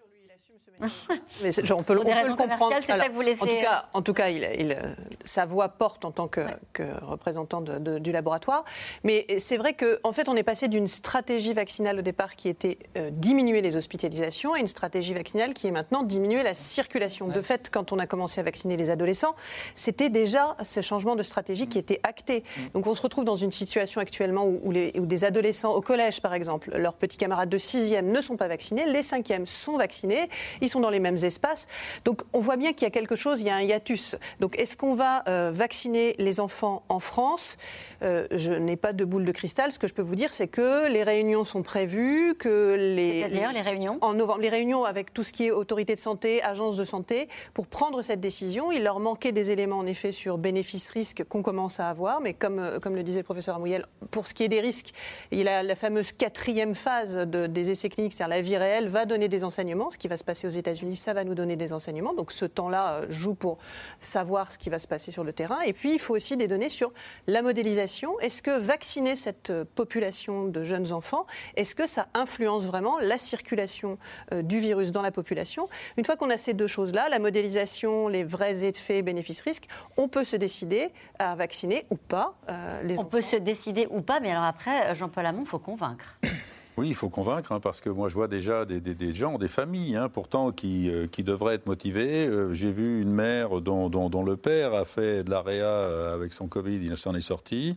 Mais on peut le comprendre. C'est ça que vous laissez... En tout cas, sa voix porte en tant que représentant du laboratoire. Mais c'est vrai qu'en fait, on est passé d'une stratégie vaccinale au départ qui était diminuer les hospitalisations à une stratégie vaccinale qui est maintenant diminuer la circulation. De fait, quand on a commencé à vacciner les adolescents, c'était déjà ce changement de stratégie qui était acté. Donc on se retrouve dans une situation actuellement où des adolescents au collège, par exemple, leurs petits camarades de 6e ne sont pas vaccinés, les 5e sont vaccinés, ils sont dans les mêmes espaces. Donc on voit bien qu'il y a quelque chose, il y a un hiatus. Donc est-ce qu'on va vacciner les enfants en France ? Je n'ai pas de boule de cristal. Ce que je peux vous dire, c'est que les réunions sont prévues, C'est-à-dire les réunions ? En novembre, les réunions avec tout ce qui est autorité de santé, agence de santé, pour prendre cette décision. Il leur manquait des éléments en effet sur bénéfices-risques qu'on commence à avoir, mais comme le disait le professeur Amouyal, pour ce qui est des risques, il y a la fameuse 4e phase des essais cliniques, c'est-à-dire la vie réelle, va donner des enseignements. Ce qui va se passer aux États-Unis, ça va nous donner des enseignements. Donc ce temps-là joue pour savoir ce qui va se passer sur le terrain. Et puis il faut aussi des données sur la modélisation. Est-ce que vacciner cette population de jeunes enfants, est-ce que ça influence vraiment la circulation du virus dans la population ? Une fois qu'on a ces deux choses-là, la modélisation, les vrais effets bénéfices-risques, on peut se décider à vacciner ou pas les enfants. On peut se décider ou pas, mais alors après, Jean-Paul Hamon, il faut convaincre. Oui, il faut convaincre, parce que moi je vois déjà des gens, des familles, pourtant qui devraient être motivés. J'ai vu une mère dont le père a fait de la réa avec son Covid, il s'en est sorti.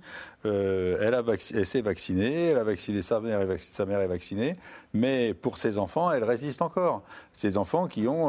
Elle s'est vaccinée, elle a vacciné sa mère est vaccinée, mais pour ses enfants, elle résiste encore. Ces enfants qui ont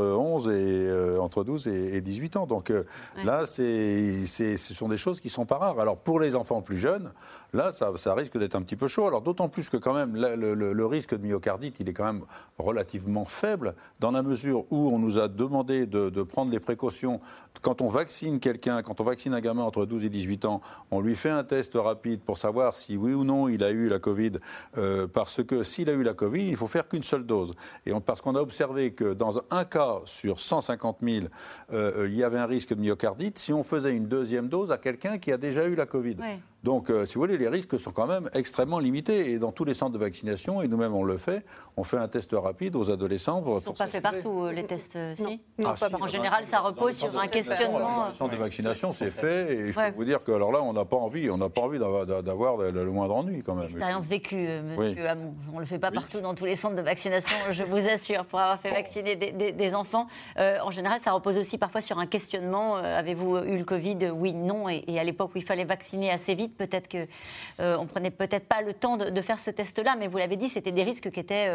entre 12 et 18 ans. Donc là, ce sont des choses qui ne sont pas rares. Alors pour les enfants plus jeunes, là, ça risque d'être un petit peu chaud. Alors d'autant plus que quand même, le risque de myocardite, il est quand même relativement faible, dans la mesure où on nous a demandé de prendre les précautions. Quand on vaccine quelqu'un, quand on vaccine un gamin entre 12 et 18 ans, on lui fait un test rapide pour savoir si oui ou non il a eu la Covid, parce que s'il a eu la Covid, il ne faut faire qu'une seule dose. Et parce qu'on a observé que dans un cas sur 150 000, il y avait un risque de myocardite si on faisait une deuxième dose à quelqu'un qui a déjà eu la Covid. Ouais. Donc, si vous voulez, les risques sont quand même extrêmement limités. Et dans tous les centres de vaccination, et nous-mêmes on le fait, on fait un test rapide aux adolescents. Ils ne sont pas faits partout, les tests, si non, pas en général, ça repose sur un questionnement. Le centre de vaccination, c'est fait. Et je peux vous dire que alors là, on n'a pas envie d'avoir le moindre ennui quand même. Expérience vécue, monsieur Hamon. On ne le fait pas partout dans tous les centres de vaccination, je vous assure, pour avoir fait vacciner des enfants. En général, ça repose aussi parfois sur un questionnement. Avez-vous eu le Covid ? Oui, non. Et à l'époque où il fallait vacciner assez vite, peut-être qu'on ne prenait peut-être pas le temps de faire ce test-là, mais vous l'avez dit, c'était des risques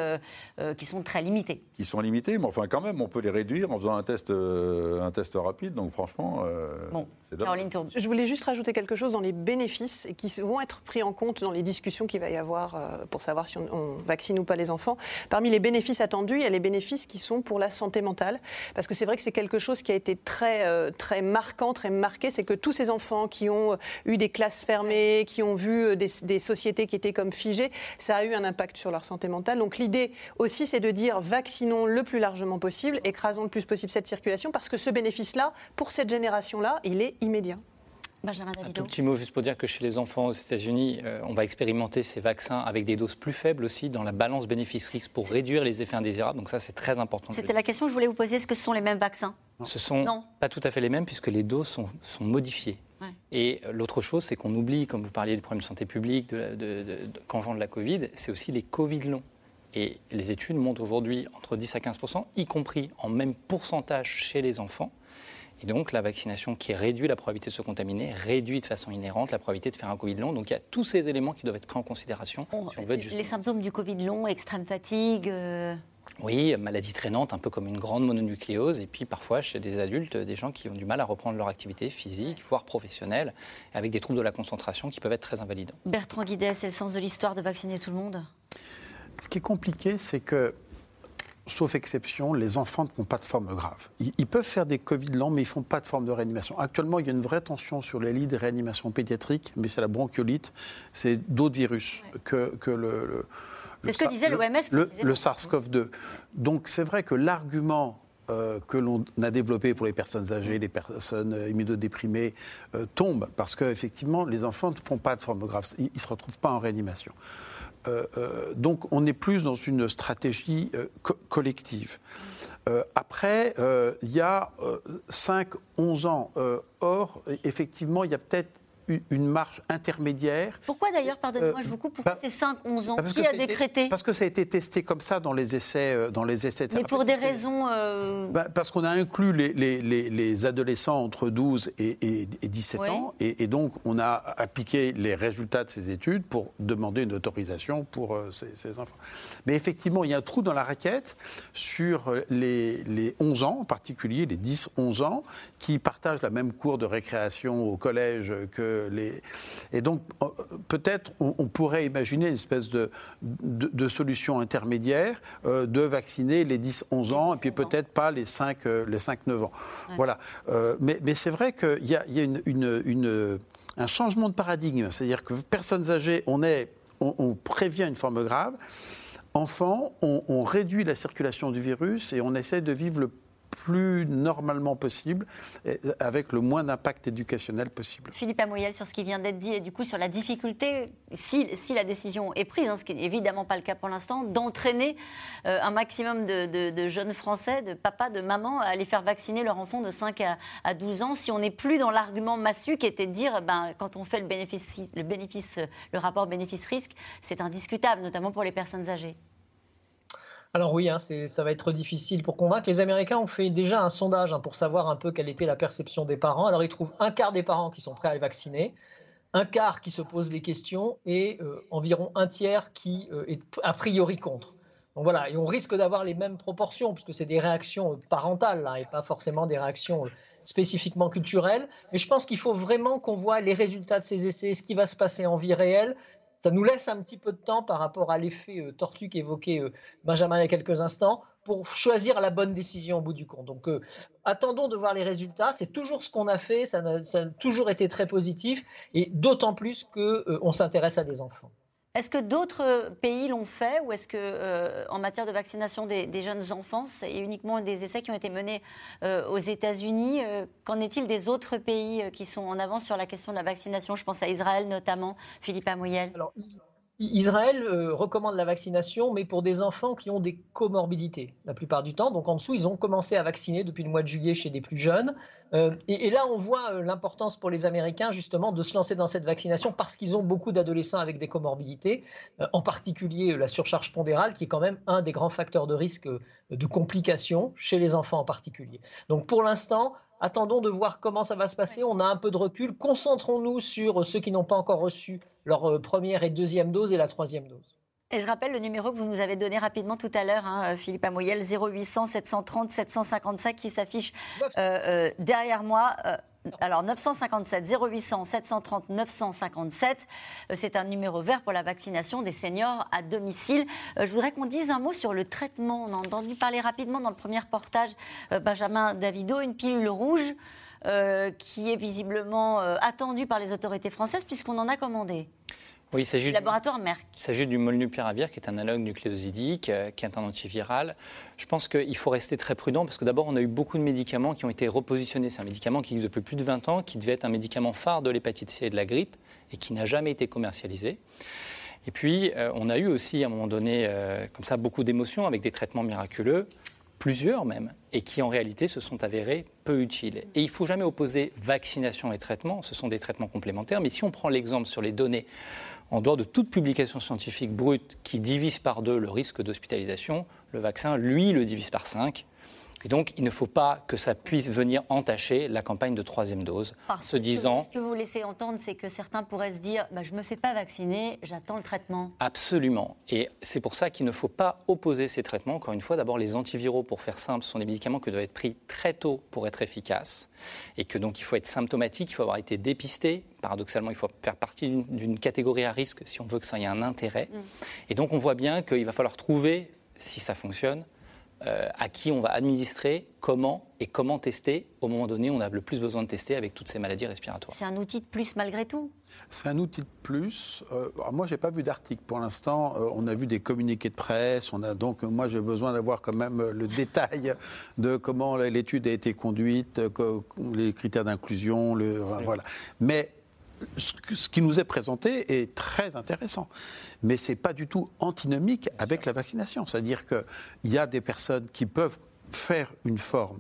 qui sont très limités. Qui sont limités, mais enfin quand même, on peut les réduire en faisant un test rapide. Donc franchement, c'est Caroline Taube. Je voulais juste rajouter quelque chose dans les bénéfices et qui vont être pris en compte dans les discussions qu'il va y avoir pour savoir si on vaccine ou pas les enfants. Parmi les bénéfices attendus, il y a les bénéfices qui sont pour la santé mentale, parce que c'est vrai que c'est quelque chose qui a été très, très marquant, très marqué, c'est que tous ces enfants qui ont eu des classes fermées, qui ont vu des sociétés qui étaient comme figées, ça a eu un impact sur leur santé mentale. Donc l'idée aussi, c'est de dire vaccinons le plus largement possible, écrasons le plus possible cette circulation, parce que ce bénéfice-là, pour cette génération-là, il est immédiat. Benjamin Davido. Un tout petit mot juste pour dire que chez les enfants aux États-Unis, on va expérimenter ces vaccins avec des doses plus faibles aussi dans la balance bénéfice-risque pour réduire les effets indésirables. Donc ça, c'est très important. C'était la question que je voulais vous poser. Est-ce que ce sont les mêmes vaccins ? Ce sont pas tout à fait les mêmes puisque les doses sont modifiées. Ouais. Et l'autre chose, c'est qu'on oublie, comme vous parliez du problème de santé publique, qu'engendre la Covid, c'est aussi les Covid longs. Et les études montrent aujourd'hui entre 10 à 15%, y compris en même pourcentage chez les enfants. Et donc, la vaccination qui réduit la probabilité de se contaminer, réduit de façon inhérente la probabilité de faire un Covid long. Donc, il y a tous ces éléments qui doivent être pris en considération si on veut être juste. Les symptômes du Covid long, extrême fatigue Oui, maladie traînante, un peu comme une grande mononucléose. Et puis, parfois, chez des adultes, des gens qui ont du mal à reprendre leur activité physique, voire professionnelle, avec des troubles de la concentration qui peuvent être très invalidants. Bertrand Guidet, c'est le sens de l'histoire de vacciner tout le monde ? Ce qui est compliqué, c'est que, sauf exception, les enfants ne font pas de forme grave. Ils peuvent faire des Covid lents, mais ils ne font pas de forme de réanimation. Actuellement, il y a une vraie tension sur les lits de réanimation pédiatrique, mais c'est la bronchiolite, c'est d'autres virus que le c'est ce que disait l'OMS. Le SARS-CoV-2. Donc c'est vrai que l'argument que l'on a développé pour les personnes âgées, les personnes immunodéprimées, tombe, parce qu'effectivement, les enfants ne font pas de forme grave, ils ne se retrouvent pas en réanimation. Donc on est plus dans une stratégie collective. Après, il y a 5-11 ans. Or, effectivement, il y a peut-être une marge intermédiaire. Pourquoi d'ailleurs, pardonnez-moi, je vous coupe, pourquoi c'est 5-11 ans ? Qui a décrété ? Parce que ça a été testé comme ça dans les essais Mais pour des raisons... Parce qu'on a inclus les adolescents entre 12 et 17 ans, et donc on a appliqué les résultats de ces études pour demander une autorisation pour ces enfants. Mais effectivement, il y a un trou dans la raquette sur les 11 ans, en particulier les 10-11 ans, qui partagent la même cour de récréation au collège que et donc, peut-être, on pourrait imaginer une espèce de solution intermédiaire de vacciner les 10-11 ans et puis peut-être pas les 5-9 ans. Ouais. Voilà. Mais c'est vrai qu'il y a un changement de paradigme. C'est-à-dire que personnes âgées, on prévient une forme grave. Enfants, on réduit la circulation du virus et on essaie de vivre le plus normalement possible, avec le moins d'impact éducationnel possible. Philippe Amouyel, sur ce qui vient d'être dit, et du coup sur la difficulté, si la décision est prise, ce qui n'est évidemment pas le cas pour l'instant, d'entraîner un maximum de jeunes Français, de papas, de mamans, à aller faire vacciner leur enfant de 5 à 12 ans, si on n'est plus dans l'argument massu qui était de dire, quand on fait le rapport bénéfice-risque, c'est indiscutable, notamment pour les personnes âgées. Alors oui, ça va être difficile pour convaincre. Les Américains ont fait déjà un sondage pour savoir un peu quelle était la perception des parents. Alors ils trouvent un quart des parents qui sont prêts à les vacciner, un quart qui se posent des questions et environ un tiers qui est a priori contre. Donc voilà, et on risque d'avoir les mêmes proportions puisque c'est des réactions parentales là, et pas forcément des réactions spécifiquement culturelles. Mais je pense qu'il faut vraiment qu'on voit les résultats de ces essais, ce qui va se passer en vie réelle. Ça nous laisse un petit peu de temps par rapport à l'effet tortue qu'évoquait Benjamin il y a quelques instants pour choisir la bonne décision au bout du compte. Donc attendons de voir les résultats. C'est toujours ce qu'on a fait, ça a toujours été très positif et d'autant plus qu'on s'intéresse à des enfants. Est-ce que d'autres pays l'ont fait ou est-ce que, en matière de vaccination des jeunes enfants, c'est uniquement des essais qui ont été menés aux États-Unis ? Qu'en est-il des autres pays qui sont en avance sur la question de la vaccination ? Je pense à Israël notamment. Philippe Amouyel. Alors, Israël recommande la vaccination, mais pour des enfants qui ont des comorbidités, la plupart du temps. Donc en dessous, ils ont commencé à vacciner depuis le mois de juillet chez des plus jeunes. Et là, on voit l'importance pour les Américains, justement, de se lancer dans cette vaccination parce qu'ils ont beaucoup d'adolescents avec des comorbidités, en particulier la surcharge pondérale, qui est quand même un des grands facteurs de risque de complications chez les enfants en particulier. Donc pour l'instant, attendons de voir comment ça va se passer. On a un peu de recul. Concentrons-nous sur ceux qui n'ont pas encore reçu leur première et deuxième dose et la troisième dose. Et je rappelle le numéro que vous nous avez donné rapidement tout à l'heure, Philippe Amouyel, 0800 730 757 qui s'affiche derrière moi. Alors 957 0800 730 957, c'est un numéro vert pour la vaccination des seniors à domicile. Je voudrais qu'on dise un mot sur le traitement. On a entendu parler rapidement dans le premier reportage, Benjamin Davido, une pilule rouge qui est visiblement attendue par les autorités françaises puisqu'on en a commandé. Oui, il s'agit laboratoire Merck. Il s'agit du molnupiravir, qui est un analogue nucléosidique, qui est un antiviral. Je pense qu'il faut rester très prudent, parce que d'abord, on a eu beaucoup de médicaments qui ont été repositionnés. C'est un médicament qui existe depuis plus de 20 ans, qui devait être un médicament phare de l'hépatite C et de la grippe, et qui n'a jamais été commercialisé. Et puis, on a eu aussi, à un moment donné, comme ça, beaucoup d'émotions avec des traitements miraculeux, plusieurs même, et qui en réalité se sont avérés peu utiles. Et il ne faut jamais opposer vaccination et traitement, ce sont des traitements complémentaires, mais si on prend l'exemple sur les données, en dehors de toute publication scientifique brute qui divise par 2 le risque d'hospitalisation, le vaccin, lui, le divise par 5. Et donc, il ne faut pas que ça puisse venir entacher la campagne de 3e dose. Ce que vous laissez entendre, c'est que certains pourraient se dire je ne me fais pas vacciner, j'attends le traitement. Absolument. Et c'est pour ça qu'il ne faut pas opposer ces traitements. Encore une fois, d'abord, les antiviraux, pour faire simple, sont des médicaments qui doivent être pris très tôt pour être efficaces. Et que donc, il faut être symptomatique, il faut avoir été dépisté. Paradoxalement, il faut faire partie d'une catégorie à risque si on veut que ça ait un intérêt. Et donc, on voit bien qu'il va falloir trouver, si ça fonctionne, à qui on va administrer, comment tester. Au moment donné, on a le plus besoin de tester avec toutes ces maladies respiratoires. C'est un outil de plus malgré tout. C'est un outil de plus. Moi, je n'ai pas vu d'article pour l'instant. On a vu des communiqués de presse. Donc, moi, j'ai besoin d'avoir quand même le détail de comment l'étude a été conduite, les critères d'inclusion. Voilà. Mais ce qui nous est présenté est très intéressant. Mais ce n'est pas du tout antinomique avec la vaccination. C'est-à-dire qu'il y a des personnes qui peuvent faire une forme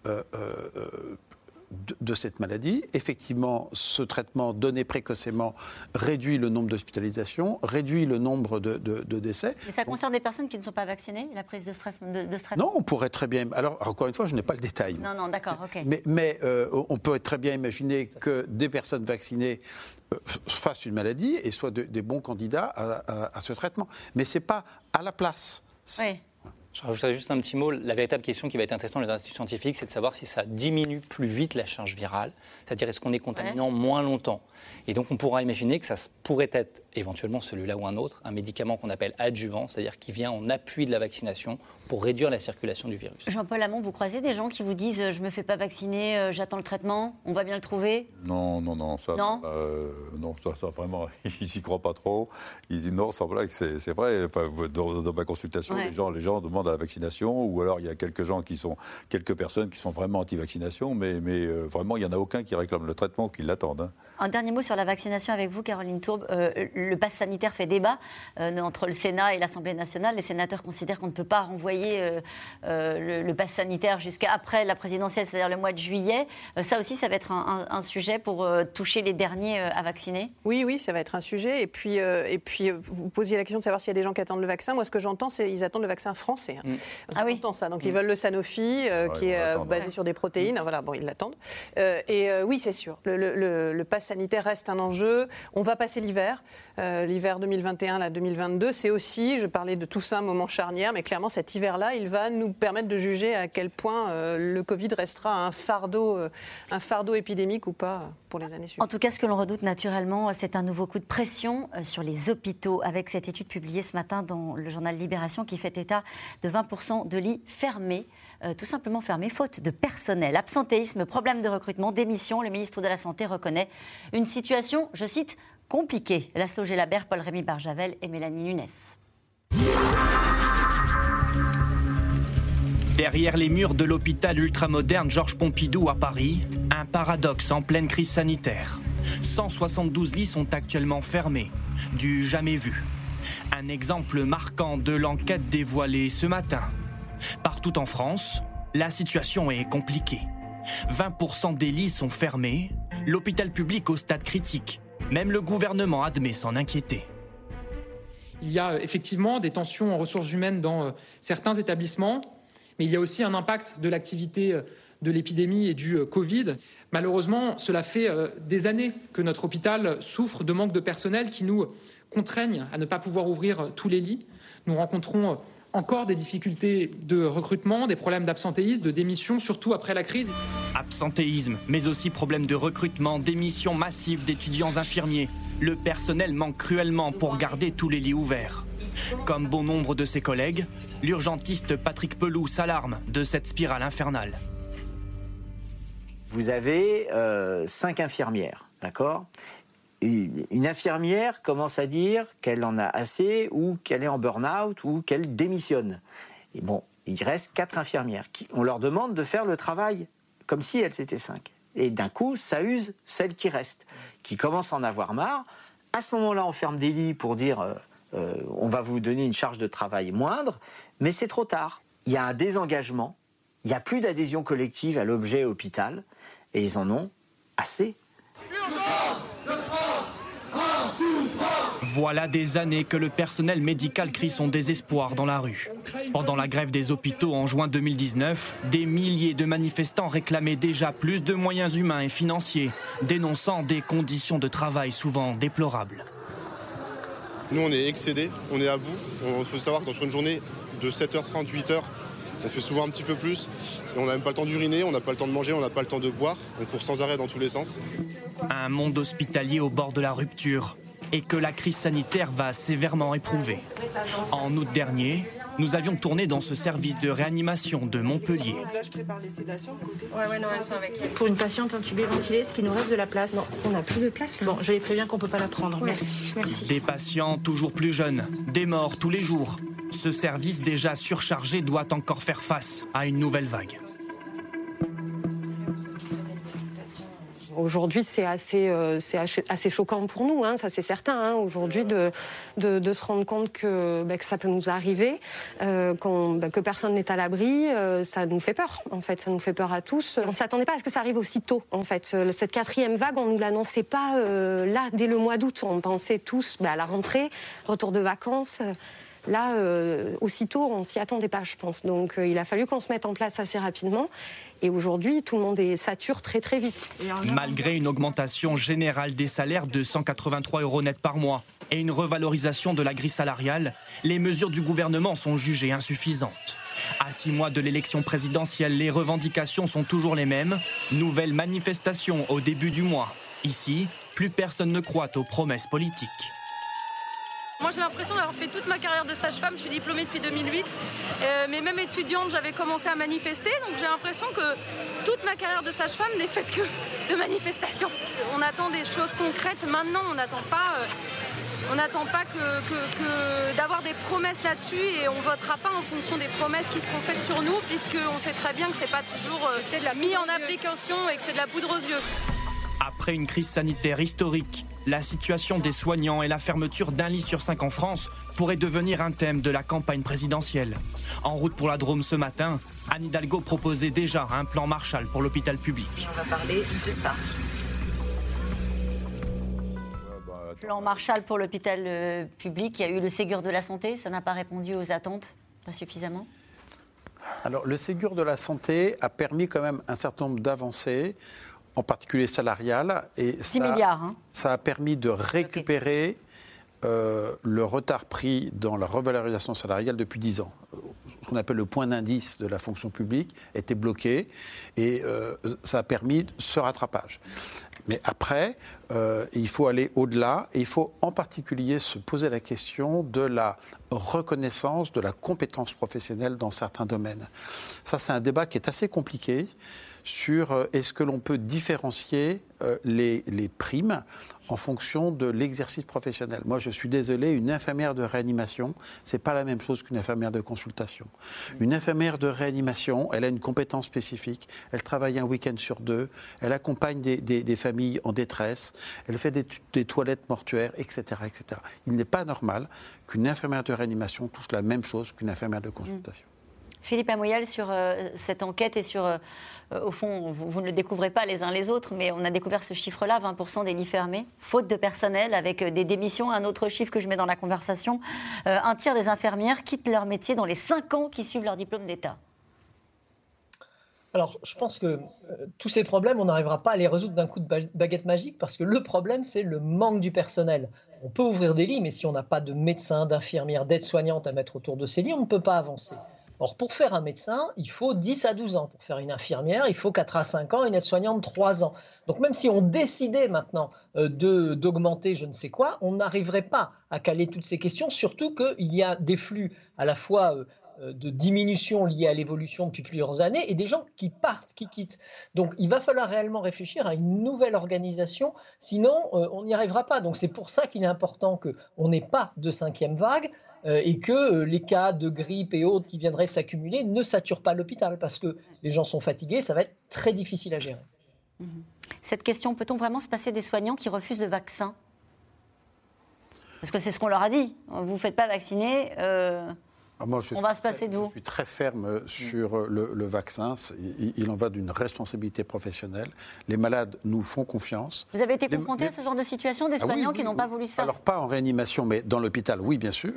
de cette maladie. Effectivement, ce traitement donné précocement réduit le nombre d'hospitalisations, réduit le nombre de décès. Mais ça concerne des personnes qui ne sont pas vaccinées, la prise de ce traitement? Non, on pourrait très bien... Alors, encore une fois, je n'ai pas le détail. Non, d'accord, ok. Mais on peut très bien imaginer que des personnes vaccinées fassent une maladie et soient des bons candidats à ce traitement. Mais ce n'est pas à la place. Oui. Je rajouterais juste un petit mot. La véritable question qui va être intéressante dans les instituts scientifiques, c'est de savoir si ça diminue plus vite la charge virale, c'est-à-dire est-ce qu'on est contaminant moins longtemps. Et donc on pourra imaginer que ça pourrait être éventuellement celui-là ou un autre, un médicament qu'on appelle adjuvant, c'est-à-dire qui vient en appui de la vaccination pour réduire la circulation du virus. Jean-Paul Hamon, vous croisez des gens qui vous disent je ne me fais pas vacciner, j'attends le traitement, on va bien le trouver? Non, ça vraiment, ils n'y croient pas trop. Ils disent non, sans blague, c'est vrai. Enfin, dans ma consultation, les gens demandent à la vaccination, ou alors il y a quelques personnes qui sont vraiment anti-vaccination, mais vraiment, il n'y en a aucun qui réclame le traitement ou qui l'attendent. Hein. Un dernier mot sur la vaccination avec vous, Caroline Tourbe. Le pass sanitaire fait débat entre le Sénat et l'Assemblée nationale. Les sénateurs considèrent qu'on ne peut pas renvoyer le pass sanitaire jusqu'à après la présidentielle, c'est-à-dire le mois de juillet. Ça aussi, ça va être un sujet pour toucher les derniers à vacciner? Oui, ça va être un sujet. Et puis, vous posiez la question de savoir s'il y a des gens qui attendent le vaccin. Moi, ce que j'entends, c'est qu'ils attendent le vaccin français. Ah oui. Ça. Donc, ils veulent le Sanofi, qui est basé sur des protéines. Voilà, bon, ils l'attendent. Oui, c'est sûr. Le pass sanitaire reste un enjeu. On va passer l'hiver 2021, 2022. C'est aussi, je parlais de tout ça, un moment charnière, mais clairement, cet hiver-là, il va nous permettre de juger à quel point le Covid restera un fardeau épidémique ou pas pour les années suivantes. En tout cas, ce que l'on redoute naturellement, c'est un nouveau coup de pression sur les hôpitaux, avec cette étude publiée ce matin dans le journal Libération qui fait état de 20% de lits fermés, tout simplement fermés, faute de personnel. Absentéisme, problème de recrutement, démission. Le ministre de la Santé reconnaît une situation, je cite, compliquée. Laszlo Gelabert, Paul-Rémy Barjavel et Mélanie Nunes. Derrière les murs de l'hôpital ultramoderne Georges Pompidou à Paris, un paradoxe en pleine crise sanitaire. 172 lits sont actuellement fermés, du jamais vu. Un exemple marquant de l'enquête dévoilée ce matin. Partout en France, la situation est compliquée. 20% des lits sont fermés, l'hôpital public au stade critique. Même le gouvernement admet s'en inquiéter. Il y a effectivement des tensions en ressources humaines dans certains établissements, mais il y a aussi un impact de l'activité de l'épidémie et du Covid. Malheureusement, cela fait des années que notre hôpital souffre de manque de personnel qui nous contraignent à ne pas pouvoir ouvrir tous les lits. Nous rencontrons encore des difficultés de recrutement, des problèmes d'absentéisme, de démission, surtout après la crise. Absentéisme, mais aussi problème de recrutement, démission massive d'étudiants infirmiers. Le personnel manque cruellement pour garder tous les lits ouverts. Comme bon nombre de ses collègues, l'urgentiste Patrick Pelou s'alarme de cette spirale infernale. Vous avez 5 infirmières, d'accord ? Une infirmière commence à dire qu'elle en a assez ou qu'elle est en burn-out ou qu'elle démissionne. Et bon, il reste 4 infirmières. On leur demande de faire le travail comme si elles étaient 5. Et d'un coup, ça use celles qui restent, qui commencent à en avoir marre. À ce moment-là, on ferme des lits pour dire on va vous donner une charge de travail moindre, mais c'est trop tard. Il y a un désengagement, il n'y a plus d'adhésion collective à l'objet hôpital, et ils en ont assez. Voilà des années que le personnel médical crie son désespoir dans la rue. Pendant la grève des hôpitaux en juin 2019, des milliers de manifestants réclamaient déjà plus de moyens humains et financiers, dénonçant des conditions de travail souvent déplorables. Nous, on est excédés, on est à bout. Il faut savoir que sur une journée de 7h30, 8h, on fait souvent un petit peu plus. Et on n'a même pas le temps d'uriner, on n'a pas le temps de manger, on n'a pas le temps de boire. On court sans arrêt dans tous les sens. Un monde hospitalier au bord de la rupture et que la crise sanitaire va sévèrement éprouver. En août dernier, nous avions tourné dans ce service de réanimation de Montpellier. Là, je prépare les sédations. Pour une patiente intubée ventilée, est-ce qu'il nous reste de la place? Non, on n'a plus de place. Bon, je les préviens qu'on ne peut pas la prendre. Merci. Des patients toujours plus jeunes, des morts tous les jours. Ce service déjà surchargé doit encore faire face à une nouvelle vague. Aujourd'hui, c'est assez choquant pour nous, ça c'est certain. Aujourd'hui, de se rendre compte que ça peut nous arriver, que personne n'est à l'abri, ça nous fait peur. En fait, ça nous fait peur à tous. On ne s'attendait pas à ce que ça arrive aussi tôt. En fait, cette 4e vague, on ne nous l'annonçait pas là dès le mois d'août. On pensait tous à la rentrée, retour de vacances. Là, aussitôt, on s'y attendait pas, je pense. Donc, il a fallu qu'on se mette en place assez rapidement. Et aujourd'hui, tout le monde est saturé très très vite. Malgré une augmentation générale des salaires de 183 € net par mois et une revalorisation de la grille salariale, les mesures du gouvernement sont jugées insuffisantes. À 6 mois de l'élection présidentielle, les revendications sont toujours les mêmes. Nouvelle manifestation au début du mois. Ici, plus personne ne croit aux promesses politiques. Moi, j'ai l'impression d'avoir fait toute ma carrière de sage-femme. Je suis diplômée depuis 2008. Mais même étudiante, j'avais commencé à manifester. Donc j'ai l'impression que toute ma carrière de sage-femme n'est faite que de manifestations. On attend des choses concrètes maintenant. On n'attend pas d'avoir des promesses là-dessus. Et on ne votera pas en fonction des promesses qui seront faites sur nous, puisqu'on sait très bien que ce n'est pas toujours mis en application et que c'est de la poudre aux yeux. Après une crise sanitaire historique, la situation des soignants et la fermeture d'un lit sur 5 en France pourraient devenir un thème de la campagne présidentielle. En route pour la Drôme ce matin, Anne Hidalgo proposait déjà un plan Marshall pour l'hôpital public. On va parler de ça. Plan Marshall pour l'hôpital public. Il y a eu le Ségur de la santé. Ça n'a pas répondu aux attentes, pas suffisamment. Alors, le Ségur de la santé a permis quand même un certain nombre d'avancées, en particulier salariales. Et 6 milliards. Ça a permis de récupérer le retard pris dans la revalorisation salariale depuis 10 ans. Ce qu'on appelle le point d'indice de la fonction publique était bloqué et ça a permis ce rattrapage. Mais après, il faut aller au-delà et il faut en particulier se poser la question de la reconnaissance de la compétence professionnelle dans certains domaines. Ça, c'est un débat qui est assez compliqué sur est-ce que l'on peut différencier les primes en fonction de l'exercice professionnel. Moi, je suis désolé, une infirmière de réanimation, c'est pas la même chose qu'une infirmière de consultation. Une infirmière de réanimation, elle a une compétence spécifique, elle travaille un week-end sur 2, elle accompagne des familles en détresse, elle fait des toilettes mortuaires, etc., etc. Il n'est pas normal qu'une infirmière de réanimation touche la même chose qu'une infirmière de consultation. Philippe Amouyal, sur cette enquête et sur, au fond, vous ne le découvrez pas les uns les autres, mais on a découvert ce chiffre-là, 20% des lits fermés, faute de personnel, avec des démissions. Un autre chiffre que je mets dans la conversation, un tiers des infirmières quittent leur métier dans les 5 ans qui suivent leur diplôme d'État. Alors, je pense que tous ces problèmes, on n'arrivera pas à les résoudre d'un coup de baguette magique, parce que le problème, c'est le manque du personnel. On peut ouvrir des lits, mais si on n'a pas de médecins, d'infirmières, d'aides-soignantes à mettre autour de ces lits, on ne peut pas avancer. Or, pour faire un médecin, il faut 10 à 12 ans. Pour faire une infirmière, il faut 4 à 5 ans, une aide-soignante 3 ans. Donc même si on décidait maintenant d'augmenter je ne sais quoi, on n'arriverait pas à caler toutes ces questions, surtout qu'il y a des flux à la fois de diminution liée à l'évolution depuis plusieurs années et des gens qui partent, qui quittent. Donc il va falloir réellement réfléchir à une nouvelle organisation, sinon on n'y arrivera pas. Donc c'est pour ça qu'il est important qu'on n'ait pas de 5e vague, et que les cas de grippe et autres qui viendraient s'accumuler ne saturent pas l'hôpital, parce que les gens sont fatigués, ça va être très difficile à gérer. Cette question, peut-on vraiment se passer des soignants qui refusent le vaccin ? Parce que c'est ce qu'on leur a dit, vous ne vous faites pas vacciner. On va se passer d'où? Je suis très ferme sur le vaccin. Il en va d'une responsabilité professionnelle. Les malades nous font confiance. Vous avez été confronté à ce genre de situation, des soignants qui n'ont pas voulu se faire... Alors pas en réanimation, mais dans l'hôpital, oui, bien sûr.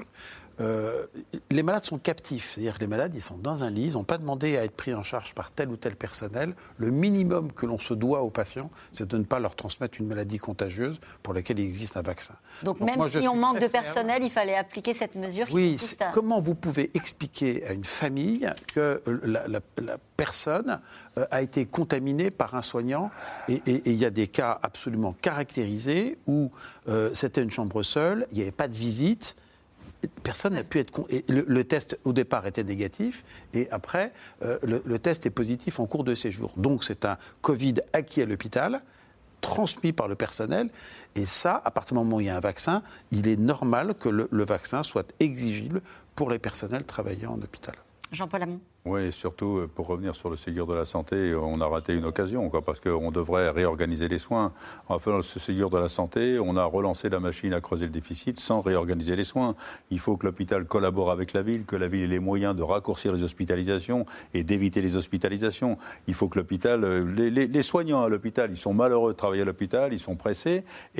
Les malades sont captifs, c'est-à-dire que les malades, ils sont dans un lit, ils n'ont pas demandé à être pris en charge par tel ou tel personnel. Le minimum que l'on se doit aux patients, c'est de ne pas leur transmettre une maladie contagieuse pour laquelle il existe un vaccin. Donc même si on manque de personnel, il fallait appliquer cette mesure. Oui, comment vous pouvez expliquer à une famille que la personne a été contaminée par un soignant et il y a des cas absolument caractérisés où c'était une chambre seule, il n'y avait pas de visite. Personne n'a pu être... Le test, au départ, était négatif, et après, le test est positif en cours de séjour. Donc, c'est un Covid acquis à l'hôpital, transmis par le personnel, et ça, à partir du moment où il y a un vaccin, il est normal que le vaccin soit exigible pour les personnels travaillant en hôpital. Jean-Paul Hamon. Oui, surtout pour revenir sur le Ségur de la santé, on a raté une occasion, parce qu'on devrait réorganiser les soins. En faisant ce Ségur de la santé, on a relancé la machine à creuser le déficit sans réorganiser les soins. Il faut que l'hôpital collabore avec la ville, que la ville ait les moyens de raccourcir les hospitalisations et d'éviter les hospitalisations. Il faut que l'hôpital, les soignants à l'hôpital, ils sont malheureux de travailler à l'hôpital, ils sont pressés,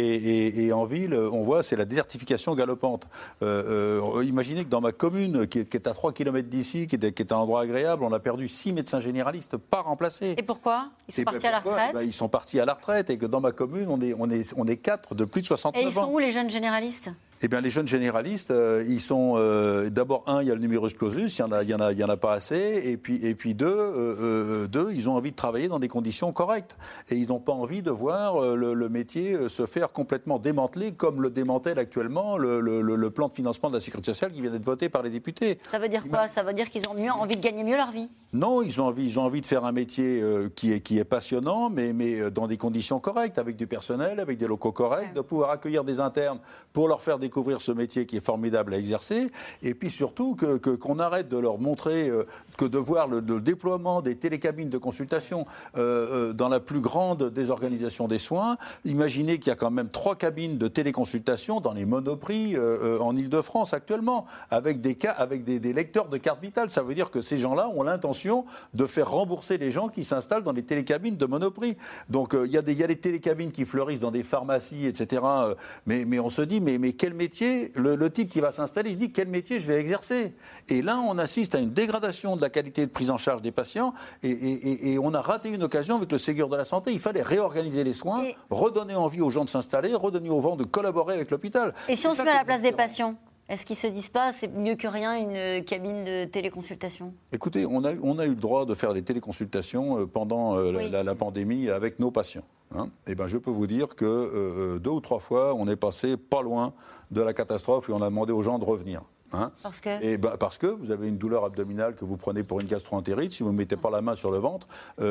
et en ville, on voit, c'est la désertification galopante. Imaginez que dans ma commune, qui est à 3 km d'ici, qui est un endroit agréable, on a perdu 6 médecins généralistes pas remplacés. Et pourquoi? Ils sont partis à la retraite? Ils sont partis à la retraite et que dans ma commune, on est 4 de plus de 69 ans. Et ils sont où les jeunes généralistes? Eh bien, les jeunes généralistes, ils sont d'abord il y a le numerus clausus, il y en a pas assez, et puis deux, ils ont envie de travailler dans des conditions correctes, et ils n'ont pas envie de voir le métier se faire complètement démanteler, comme le démantèle actuellement le plan de financement de la sécurité sociale qui vient d'être voté par les députés. Ça veut dire quoi? Ça veut dire qu'ils ont envie de gagner mieux leur vie? Non, ils ont envie de faire un métier qui est passionnant, mais dans des conditions correctes, avec du personnel, avec des locaux corrects, de pouvoir accueillir des internes pour leur faire découvrir ce métier qui est formidable à exercer, et puis surtout qu'on arrête de leur montrer que de voir le déploiement des télécabines de consultation dans la plus grande des organisations des soins. Imaginez qu'il y a quand même 3 cabines de téléconsultation dans les Monoprix en Ile-de-France actuellement, avec des lecteurs de carte vitale. Ça veut dire que ces gens-là ont l'intention de faire rembourser les gens qui s'installent dans les télécabines de Monoprix. Donc il y a des télécabines qui fleurissent dans des pharmacies, etc. Mais on se dit, mais quel métier, le type qui va s'installer, il se dit quel métier je vais exercer. Et là, on assiste à une dégradation de la qualité de prise en charge des patients et on a raté une occasion avec le Ségur de la santé. Il fallait réorganiser les soins, redonner envie aux gens de s'installer, redonner aux gens de collaborer avec l'hôpital. Et si on se met à la place des patients, est-ce qu'ils ne se disent pas c'est mieux que rien une cabine de téléconsultation? Écoutez, on a eu le droit de faire des téléconsultations pendant la pandémie avec nos patients. Et ben, je peux vous dire que 2 ou 3 fois, on est passé pas loin de la catastrophe et on a demandé aux gens de revenir. Parce que parce que vous avez une douleur abdominale que vous prenez pour une gastro-entérite. Si vous ne mettez pas la main sur le ventre,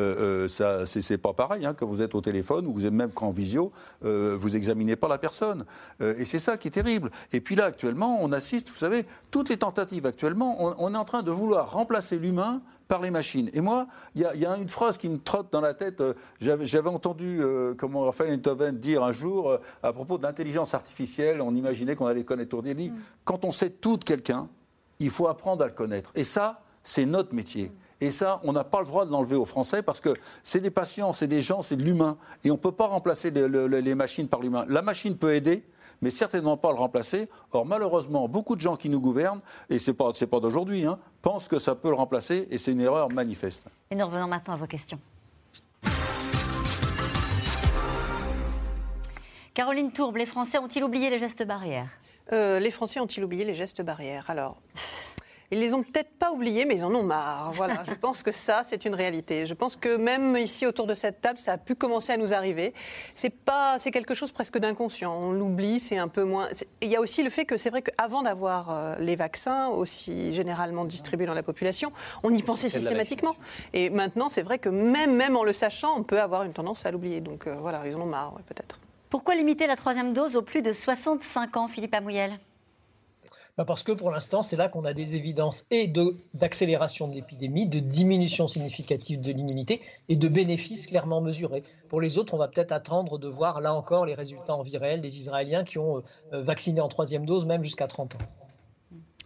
c'est pas pareil que vous êtes au téléphone ou vous êtes même qu'en visio, vous examinez pas la personne. Et c'est ça qui est terrible. Et puis là, actuellement, on assiste, vous savez, toutes les tentatives actuellement, on est en train de vouloir remplacer l'humain par les machines. Et moi, il y a une phrase qui me trotte dans la tête. J'avais entendu Raphaël Enthoven dire un jour, à propos de l'intelligence artificielle, on imaginait qu'on allait connaître autour des lits. Quand on sait tout de quelqu'un, il faut apprendre à le connaître. Et ça, c'est notre métier. Et ça, on n'a pas le droit de l'enlever aux Français parce que c'est des patients, c'est des gens, c'est de l'humain. Et on ne peut pas remplacer les machines par l'humain. La machine peut aider, mais certainement pas le remplacer. Or, malheureusement, beaucoup de gens qui nous gouvernent, et c'est pas d'aujourd'hui, pensent que ça peut le remplacer, et c'est une erreur manifeste. Et nous revenons maintenant à vos questions. Caroline Tourbe, les Français ont-ils oublié les gestes barrières? Les Français ont-ils oublié les gestes barrières? Alors, ils les ont peut-être pas oubliés, mais ils en ont marre. Voilà, je pense que ça, c'est une réalité. Je pense que même ici, autour de cette table, ça a pu commencer à nous arriver. C'est quelque chose presque d'inconscient. On l'oublie, c'est un peu moins... Il y a aussi le fait que c'est vrai qu'avant d'avoir les vaccins aussi généralement distribués dans la population, on y pensait systématiquement. Et maintenant, c'est vrai que même en le sachant, on peut avoir une tendance à l'oublier. Donc voilà, ils en ont marre, peut-être. Pourquoi limiter la 3e dose aux plus de 65 ans, Philippe Amouyel? Parce que pour l'instant, c'est là qu'on a des évidences et d'accélération de l'épidémie, de diminution significative de l'immunité et de bénéfices clairement mesurés. Pour les autres, on va peut-être attendre de voir là encore les résultats en vie réelle des Israéliens qui ont vacciné en 3e dose, même jusqu'à 30 ans.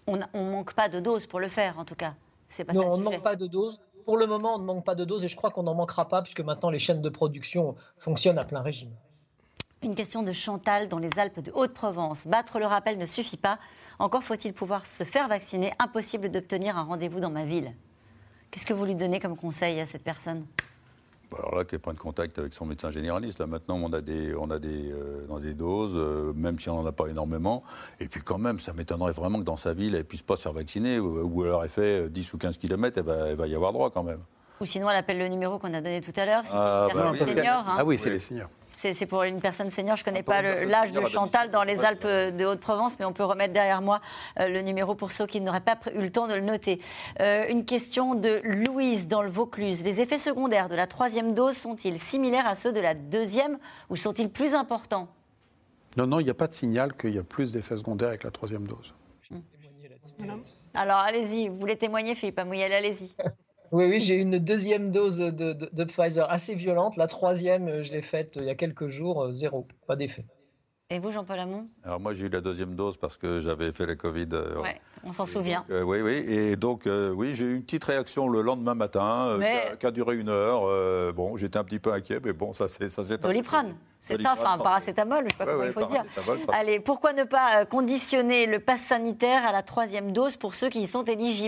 On ne manque pas de doses pour le faire, en tout cas. C'est pas non, ça le on ne sujet. manque pas de doses. Pour le moment, on ne manque pas de doses et je crois qu'on n'en manquera pas puisque maintenant les chaînes de production fonctionnent à plein régime. Une question de Chantal dans les Alpes de Haute-Provence. Battre le rappel ne suffit pas. Encore faut-il pouvoir se faire vacciner. Impossible d'obtenir un rendez-vous dans ma ville. Qu'est-ce que vous lui donnez comme conseil à cette personne ? Alors là, qu'elle prenne contact avec son médecin généraliste. Là, maintenant, on a des doses, même si on n'en a pas énormément. Et puis quand même, ça m'étonnerait vraiment que dans sa ville, elle ne puisse pas se faire vacciner. Ou alors elle fait 10 ou 15 kilomètres, elle va y avoir droit quand même. Ou sinon, elle appelle le numéro qu'on a donné tout à l'heure. Si Ah, c'est une personne senior. Ah oui, c'est les seniors. C'est pour une personne senior. Je ne connais pas l'âge de Chantal dans les Alpes de Haute-Provence, mais on peut remettre derrière moi le numéro pour ceux qui n'auraient pas eu le temps de le noter. Une question de Louise dans le Vaucluse. Les effets secondaires de la 3e dose sont-ils similaires à ceux de la 2e ou sont-ils plus importants ? Non, il n'y a pas de signal qu'il y a plus d'effets secondaires avec la 3e dose. Alors, allez-y. Vous voulez témoigner, Philippe Amouyel ? Allez-y. Oui, j'ai une 2e dose de Pfizer assez violente. La 3e, je l'ai faite il y a quelques jours, 0, pas d'effet. Et vous, Jean-Paul Hamon ? Alors moi, j'ai eu la 2e dose parce que j'avais fait la Covid. Ouais, on s'en souvient. Donc, oui. Et donc, oui, j'ai eu une petite réaction le lendemain matin, qui a duré 1 heure. Bon, j'étais un petit peu inquiet, mais bon, ça s'est... Doliprane, c'est ça, enfin, paracétamol, je ne sais pas comment il faut dire. Allez, pourquoi ne pas conditionner le pass sanitaire à la 3e dose pour ceux qui y sont éligibles ?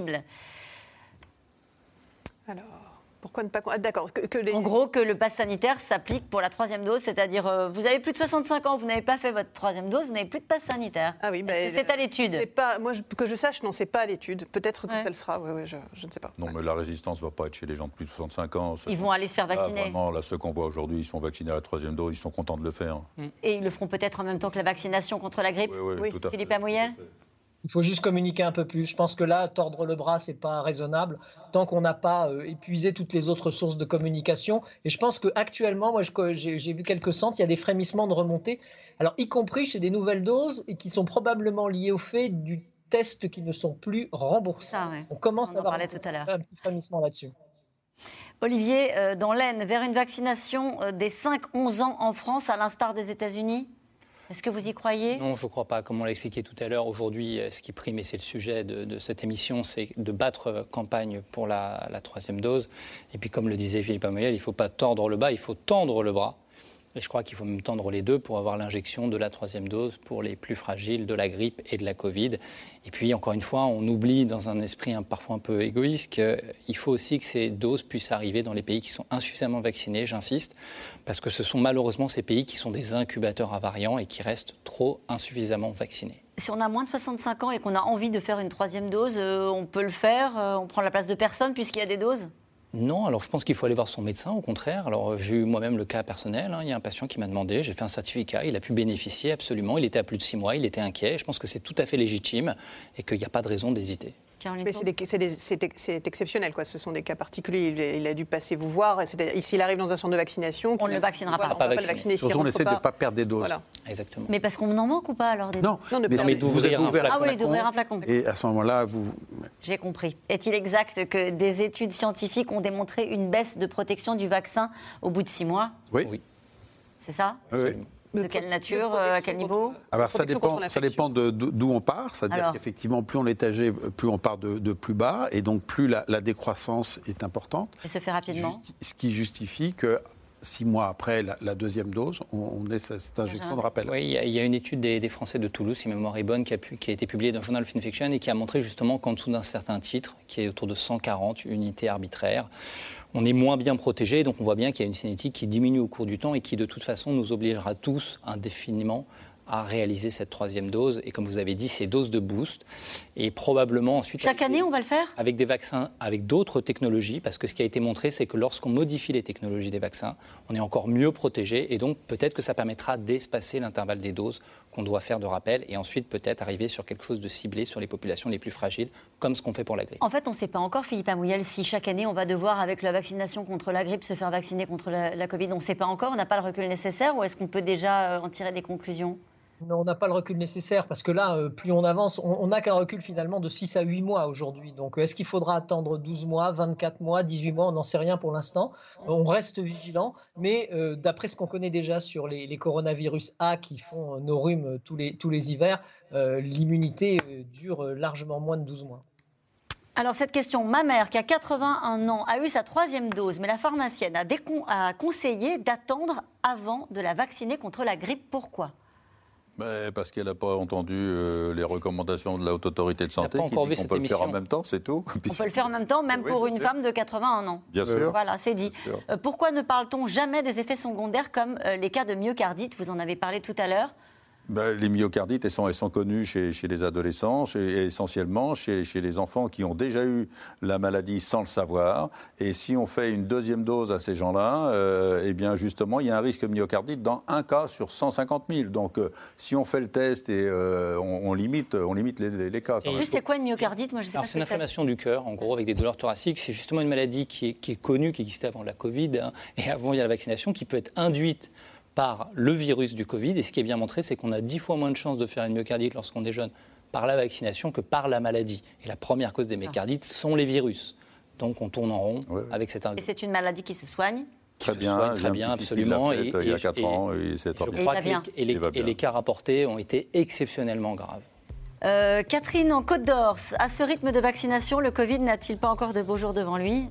Alors, pourquoi ne pas... Ah, d'accord. En gros, que le pass sanitaire s'applique pour la 3e dose, c'est-à-dire vous avez plus de 65 ans, vous n'avez pas fait votre 3e dose, vous n'avez plus de pass sanitaire. Ah oui, c'est à l'étude. Moi, que je sache, non, c'est pas à l'étude. Peut-être que ça le sera, je ne sais pas. Non, mais la résistance ne va pas être chez les gens de plus de 65 ans. Ils vont aller se faire vacciner. Vraiment, là, ceux qu'on voit aujourd'hui, ils sont vaccinés à la 3e dose, ils sont contents de le faire. Et ils le feront peut-être en même temps que la vaccination contre la grippe. Oui, tout à fait. Philippe Amouyel ? Il faut juste communiquer un peu plus. Je pense que là, tordre le bras, c'est pas raisonnable tant qu'on n'a pas épuisé toutes les autres sources de communication. Et je pense qu'actuellement, moi, j'ai vu quelques centres, il y a des frémissements de remontée. Alors, y compris chez des nouvelles doses et qui sont probablement liées au fait du test qui ne sont plus remboursés. On commence à avoir un petit frémissement là-dessus. Olivier, dans l'Aisne, vers une vaccination des 5-11 ans en France, à l'instar des États-Unis ? Est-ce que vous y croyez ? Non, je ne crois pas. Comme on l'a expliqué tout à l'heure, aujourd'hui, ce qui prime, et c'est le sujet de cette émission, c'est de battre campagne pour la 3e dose. Et puis, comme le disait Philippe Amouyel, il ne faut pas tordre le bas, il faut tendre le bras. Et je crois qu'il faut même tendre les deux pour avoir l'injection de la 3e dose pour les plus fragiles de la grippe et de la Covid. Et puis, encore une fois, on oublie dans un esprit parfois un peu égoïste qu'il faut aussi que ces doses puissent arriver dans les pays qui sont insuffisamment vaccinés, j'insiste, parce que ce sont malheureusement ces pays qui sont des incubateurs à variants et qui restent trop insuffisamment vaccinés. Si on a moins de 65 ans et qu'on a envie de faire une 3e dose, on peut le faire, on prend la place de personne puisqu'il y a des doses ? Non, alors je pense qu'il faut aller voir son médecin, au contraire. Alors j'ai eu moi-même le cas personnel, il y a un patient qui m'a demandé, j'ai fait un certificat, il a pu bénéficier absolument, il était à plus de 6 mois, il était inquiet, je pense que c'est tout à fait légitime et qu'il n'y a pas de raison d'hésiter. Mais c'est exceptionnel, quoi. Ce sont des cas particuliers. Il a dû passer vous voir. S'il arrive dans un centre de vaccination, on ne le vaccinera pas. On ne va pas le vacciner. Surtout, on essaie de ne pas perdre des doses. Voilà. Exactement. Mais parce qu'on en manque ou pas alors des doses ? Non, mais d'ouvrir un flacon. Ah oui, d'ouvrir un flacon. Et à ce moment-là, vous... J'ai compris. Est-il exact que des études scientifiques ont démontré une baisse de protection du vaccin au bout de 6 mois ? Oui. C'est ça ? Oui. De quelle nature, à quel niveau ? Alors ça dépend d'où on part, c'est-à-dire qu'effectivement plus on est âgé, plus on part de plus bas, et donc plus la décroissance est importante. Et se fait rapidement. Ce qui justifie que 6 mois après la 2e dose, on ait cette injection de rappel. Oui, il y a une étude des Français de Toulouse, si ma mémoire est bonne, qui a été publiée dans le Journal of Infection et qui a montré justement qu'en dessous d'un certain titre, qui est autour de 140 unités arbitraires, on est moins bien protégé. Donc on voit bien qu'il y a une cinétique qui diminue au cours du temps et qui de toute façon nous obligera tous indéfiniment à réaliser cette 3e dose. Et comme vous avez dit, ces doses de boost. Et probablement ensuite... Chaque année, on va le faire ? Avec des vaccins, avec d'autres technologies. Parce que ce qui a été montré, c'est que lorsqu'on modifie les technologies des vaccins, on est encore mieux protégé. Et donc, peut-être que ça permettra d'espacer l'intervalle des doses qu'on doit faire de rappel. Et ensuite, peut-être arriver sur quelque chose de ciblé sur les populations les plus fragiles, comme ce qu'on fait pour la grippe. En fait, on ne sait pas encore, Philippe Amouyel, si chaque année, on va devoir, avec la vaccination contre la grippe, se faire vacciner contre la Covid. On ne sait pas encore, on n'a pas le recul nécessaire. Ou est-ce qu'on peut déjà en tirer des conclusions ? Non, on n'a pas le recul nécessaire parce que là, plus on avance, on n'a qu'un recul finalement de 6 à 8 mois aujourd'hui. Donc, est-ce qu'il faudra attendre 12 mois, 24 mois, 18 mois? On n'en sait rien pour l'instant. On reste vigilant, mais d'après ce qu'on connaît déjà sur les coronavirus A qui font nos rhumes tous les hivers, l'immunité dure largement moins de 12 mois. Alors cette question, ma mère qui a 81 ans a eu sa 3e dose, mais la pharmacienne a conseillé d'attendre avant de la vacciner contre la grippe. Pourquoi ? Parce qu'elle n'a pas entendu les recommandations de la Haute Autorité de Santé qui dit qu'on peut le faire en même temps, c'est tout. On peut le faire en même temps, même pour une femme de 81 ans. Bien sûr. Voilà, c'est dit. Pourquoi ne parle-t-on jamais des effets secondaires comme les cas de myocardite? Vous en avez parlé tout à l'heure. Les myocardites, elles sont connues chez les adolescents, et essentiellement chez les enfants qui ont déjà eu la maladie sans le savoir. Et si on fait une 2e dose à ces gens-là, eh bien justement, il y a un risque de myocardite dans 1 cas sur 150 000. Donc, si on fait le test et on limite les cas. Et juste, c'est quoi une myocardite? Moi, je sais pas. C'est une inflammation du cœur, en gros, avec des douleurs thoraciques. C'est justement une maladie qui est connue, qui existait avant la Covid, et avant il y a la vaccination, qui peut être induite par le virus du Covid. Et ce qui est bien montré, c'est qu'on a 10 fois moins de chances de faire une myocardite lorsqu'on est jeune par la vaccination que par la maladie. Et la première cause des myocardites sont les virus. Donc on tourne en rond avec cette... Et c'est une maladie qui se soigne? Très bien, absolument. Il y a 4 ans, et c'est je crois que les cas rapportés ont été exceptionnellement graves. Catherine, en Côte d'Or, à ce rythme de vaccination, le Covid n'a-t-il pas encore de beaux jours devant lui?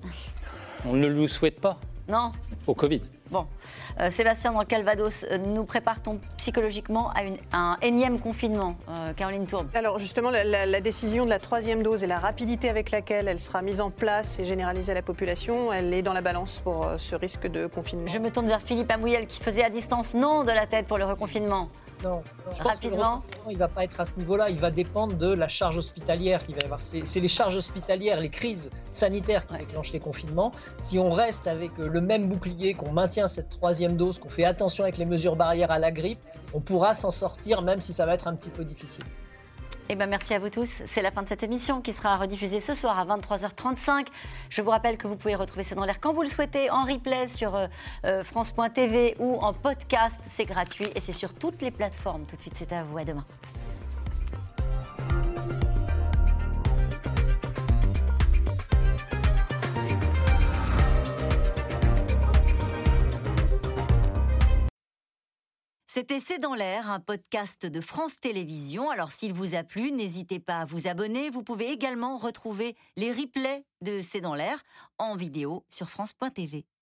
On ne le souhaite pas. Non. Au Covid. Bon. Sébastien, dans le Calvados, nous prépare-t-on psychologiquement à un énième confinement? Caroline Tourbe. Alors justement, la décision de la 3e dose et la rapidité avec laquelle elle sera mise en place et généralisée à la population, elle est dans la balance pour ce risque de confinement. Je me tourne vers Philippe Amouyel qui faisait à distance non de la tête pour le reconfinement. Non, je pense que le reconfinement, il ne va pas être à ce niveau-là. Il va dépendre de la charge hospitalière qu'il va y avoir. C'est les charges hospitalières, les crises sanitaires qui déclenchent les confinements. Si on reste avec le même bouclier, qu'on maintient cette 3e dose, qu'on fait attention avec les mesures barrières à la grippe, on pourra s'en sortir, même si ça va être un petit peu difficile. Eh bien, merci à vous tous. C'est la fin de cette émission qui sera rediffusée ce soir à 23h35. Je vous rappelle que vous pouvez retrouver C'est dans l'air quand vous le souhaitez, en replay sur France.tv ou en podcast. C'est gratuit et c'est sur toutes les plateformes. Tout de suite, c'est à vous. À demain. C'était C'est dans l'air, un podcast de France Télévisions. Alors s'il vous a plu, n'hésitez pas à vous abonner. Vous pouvez également retrouver les replays de C'est dans l'air en vidéo sur France.tv.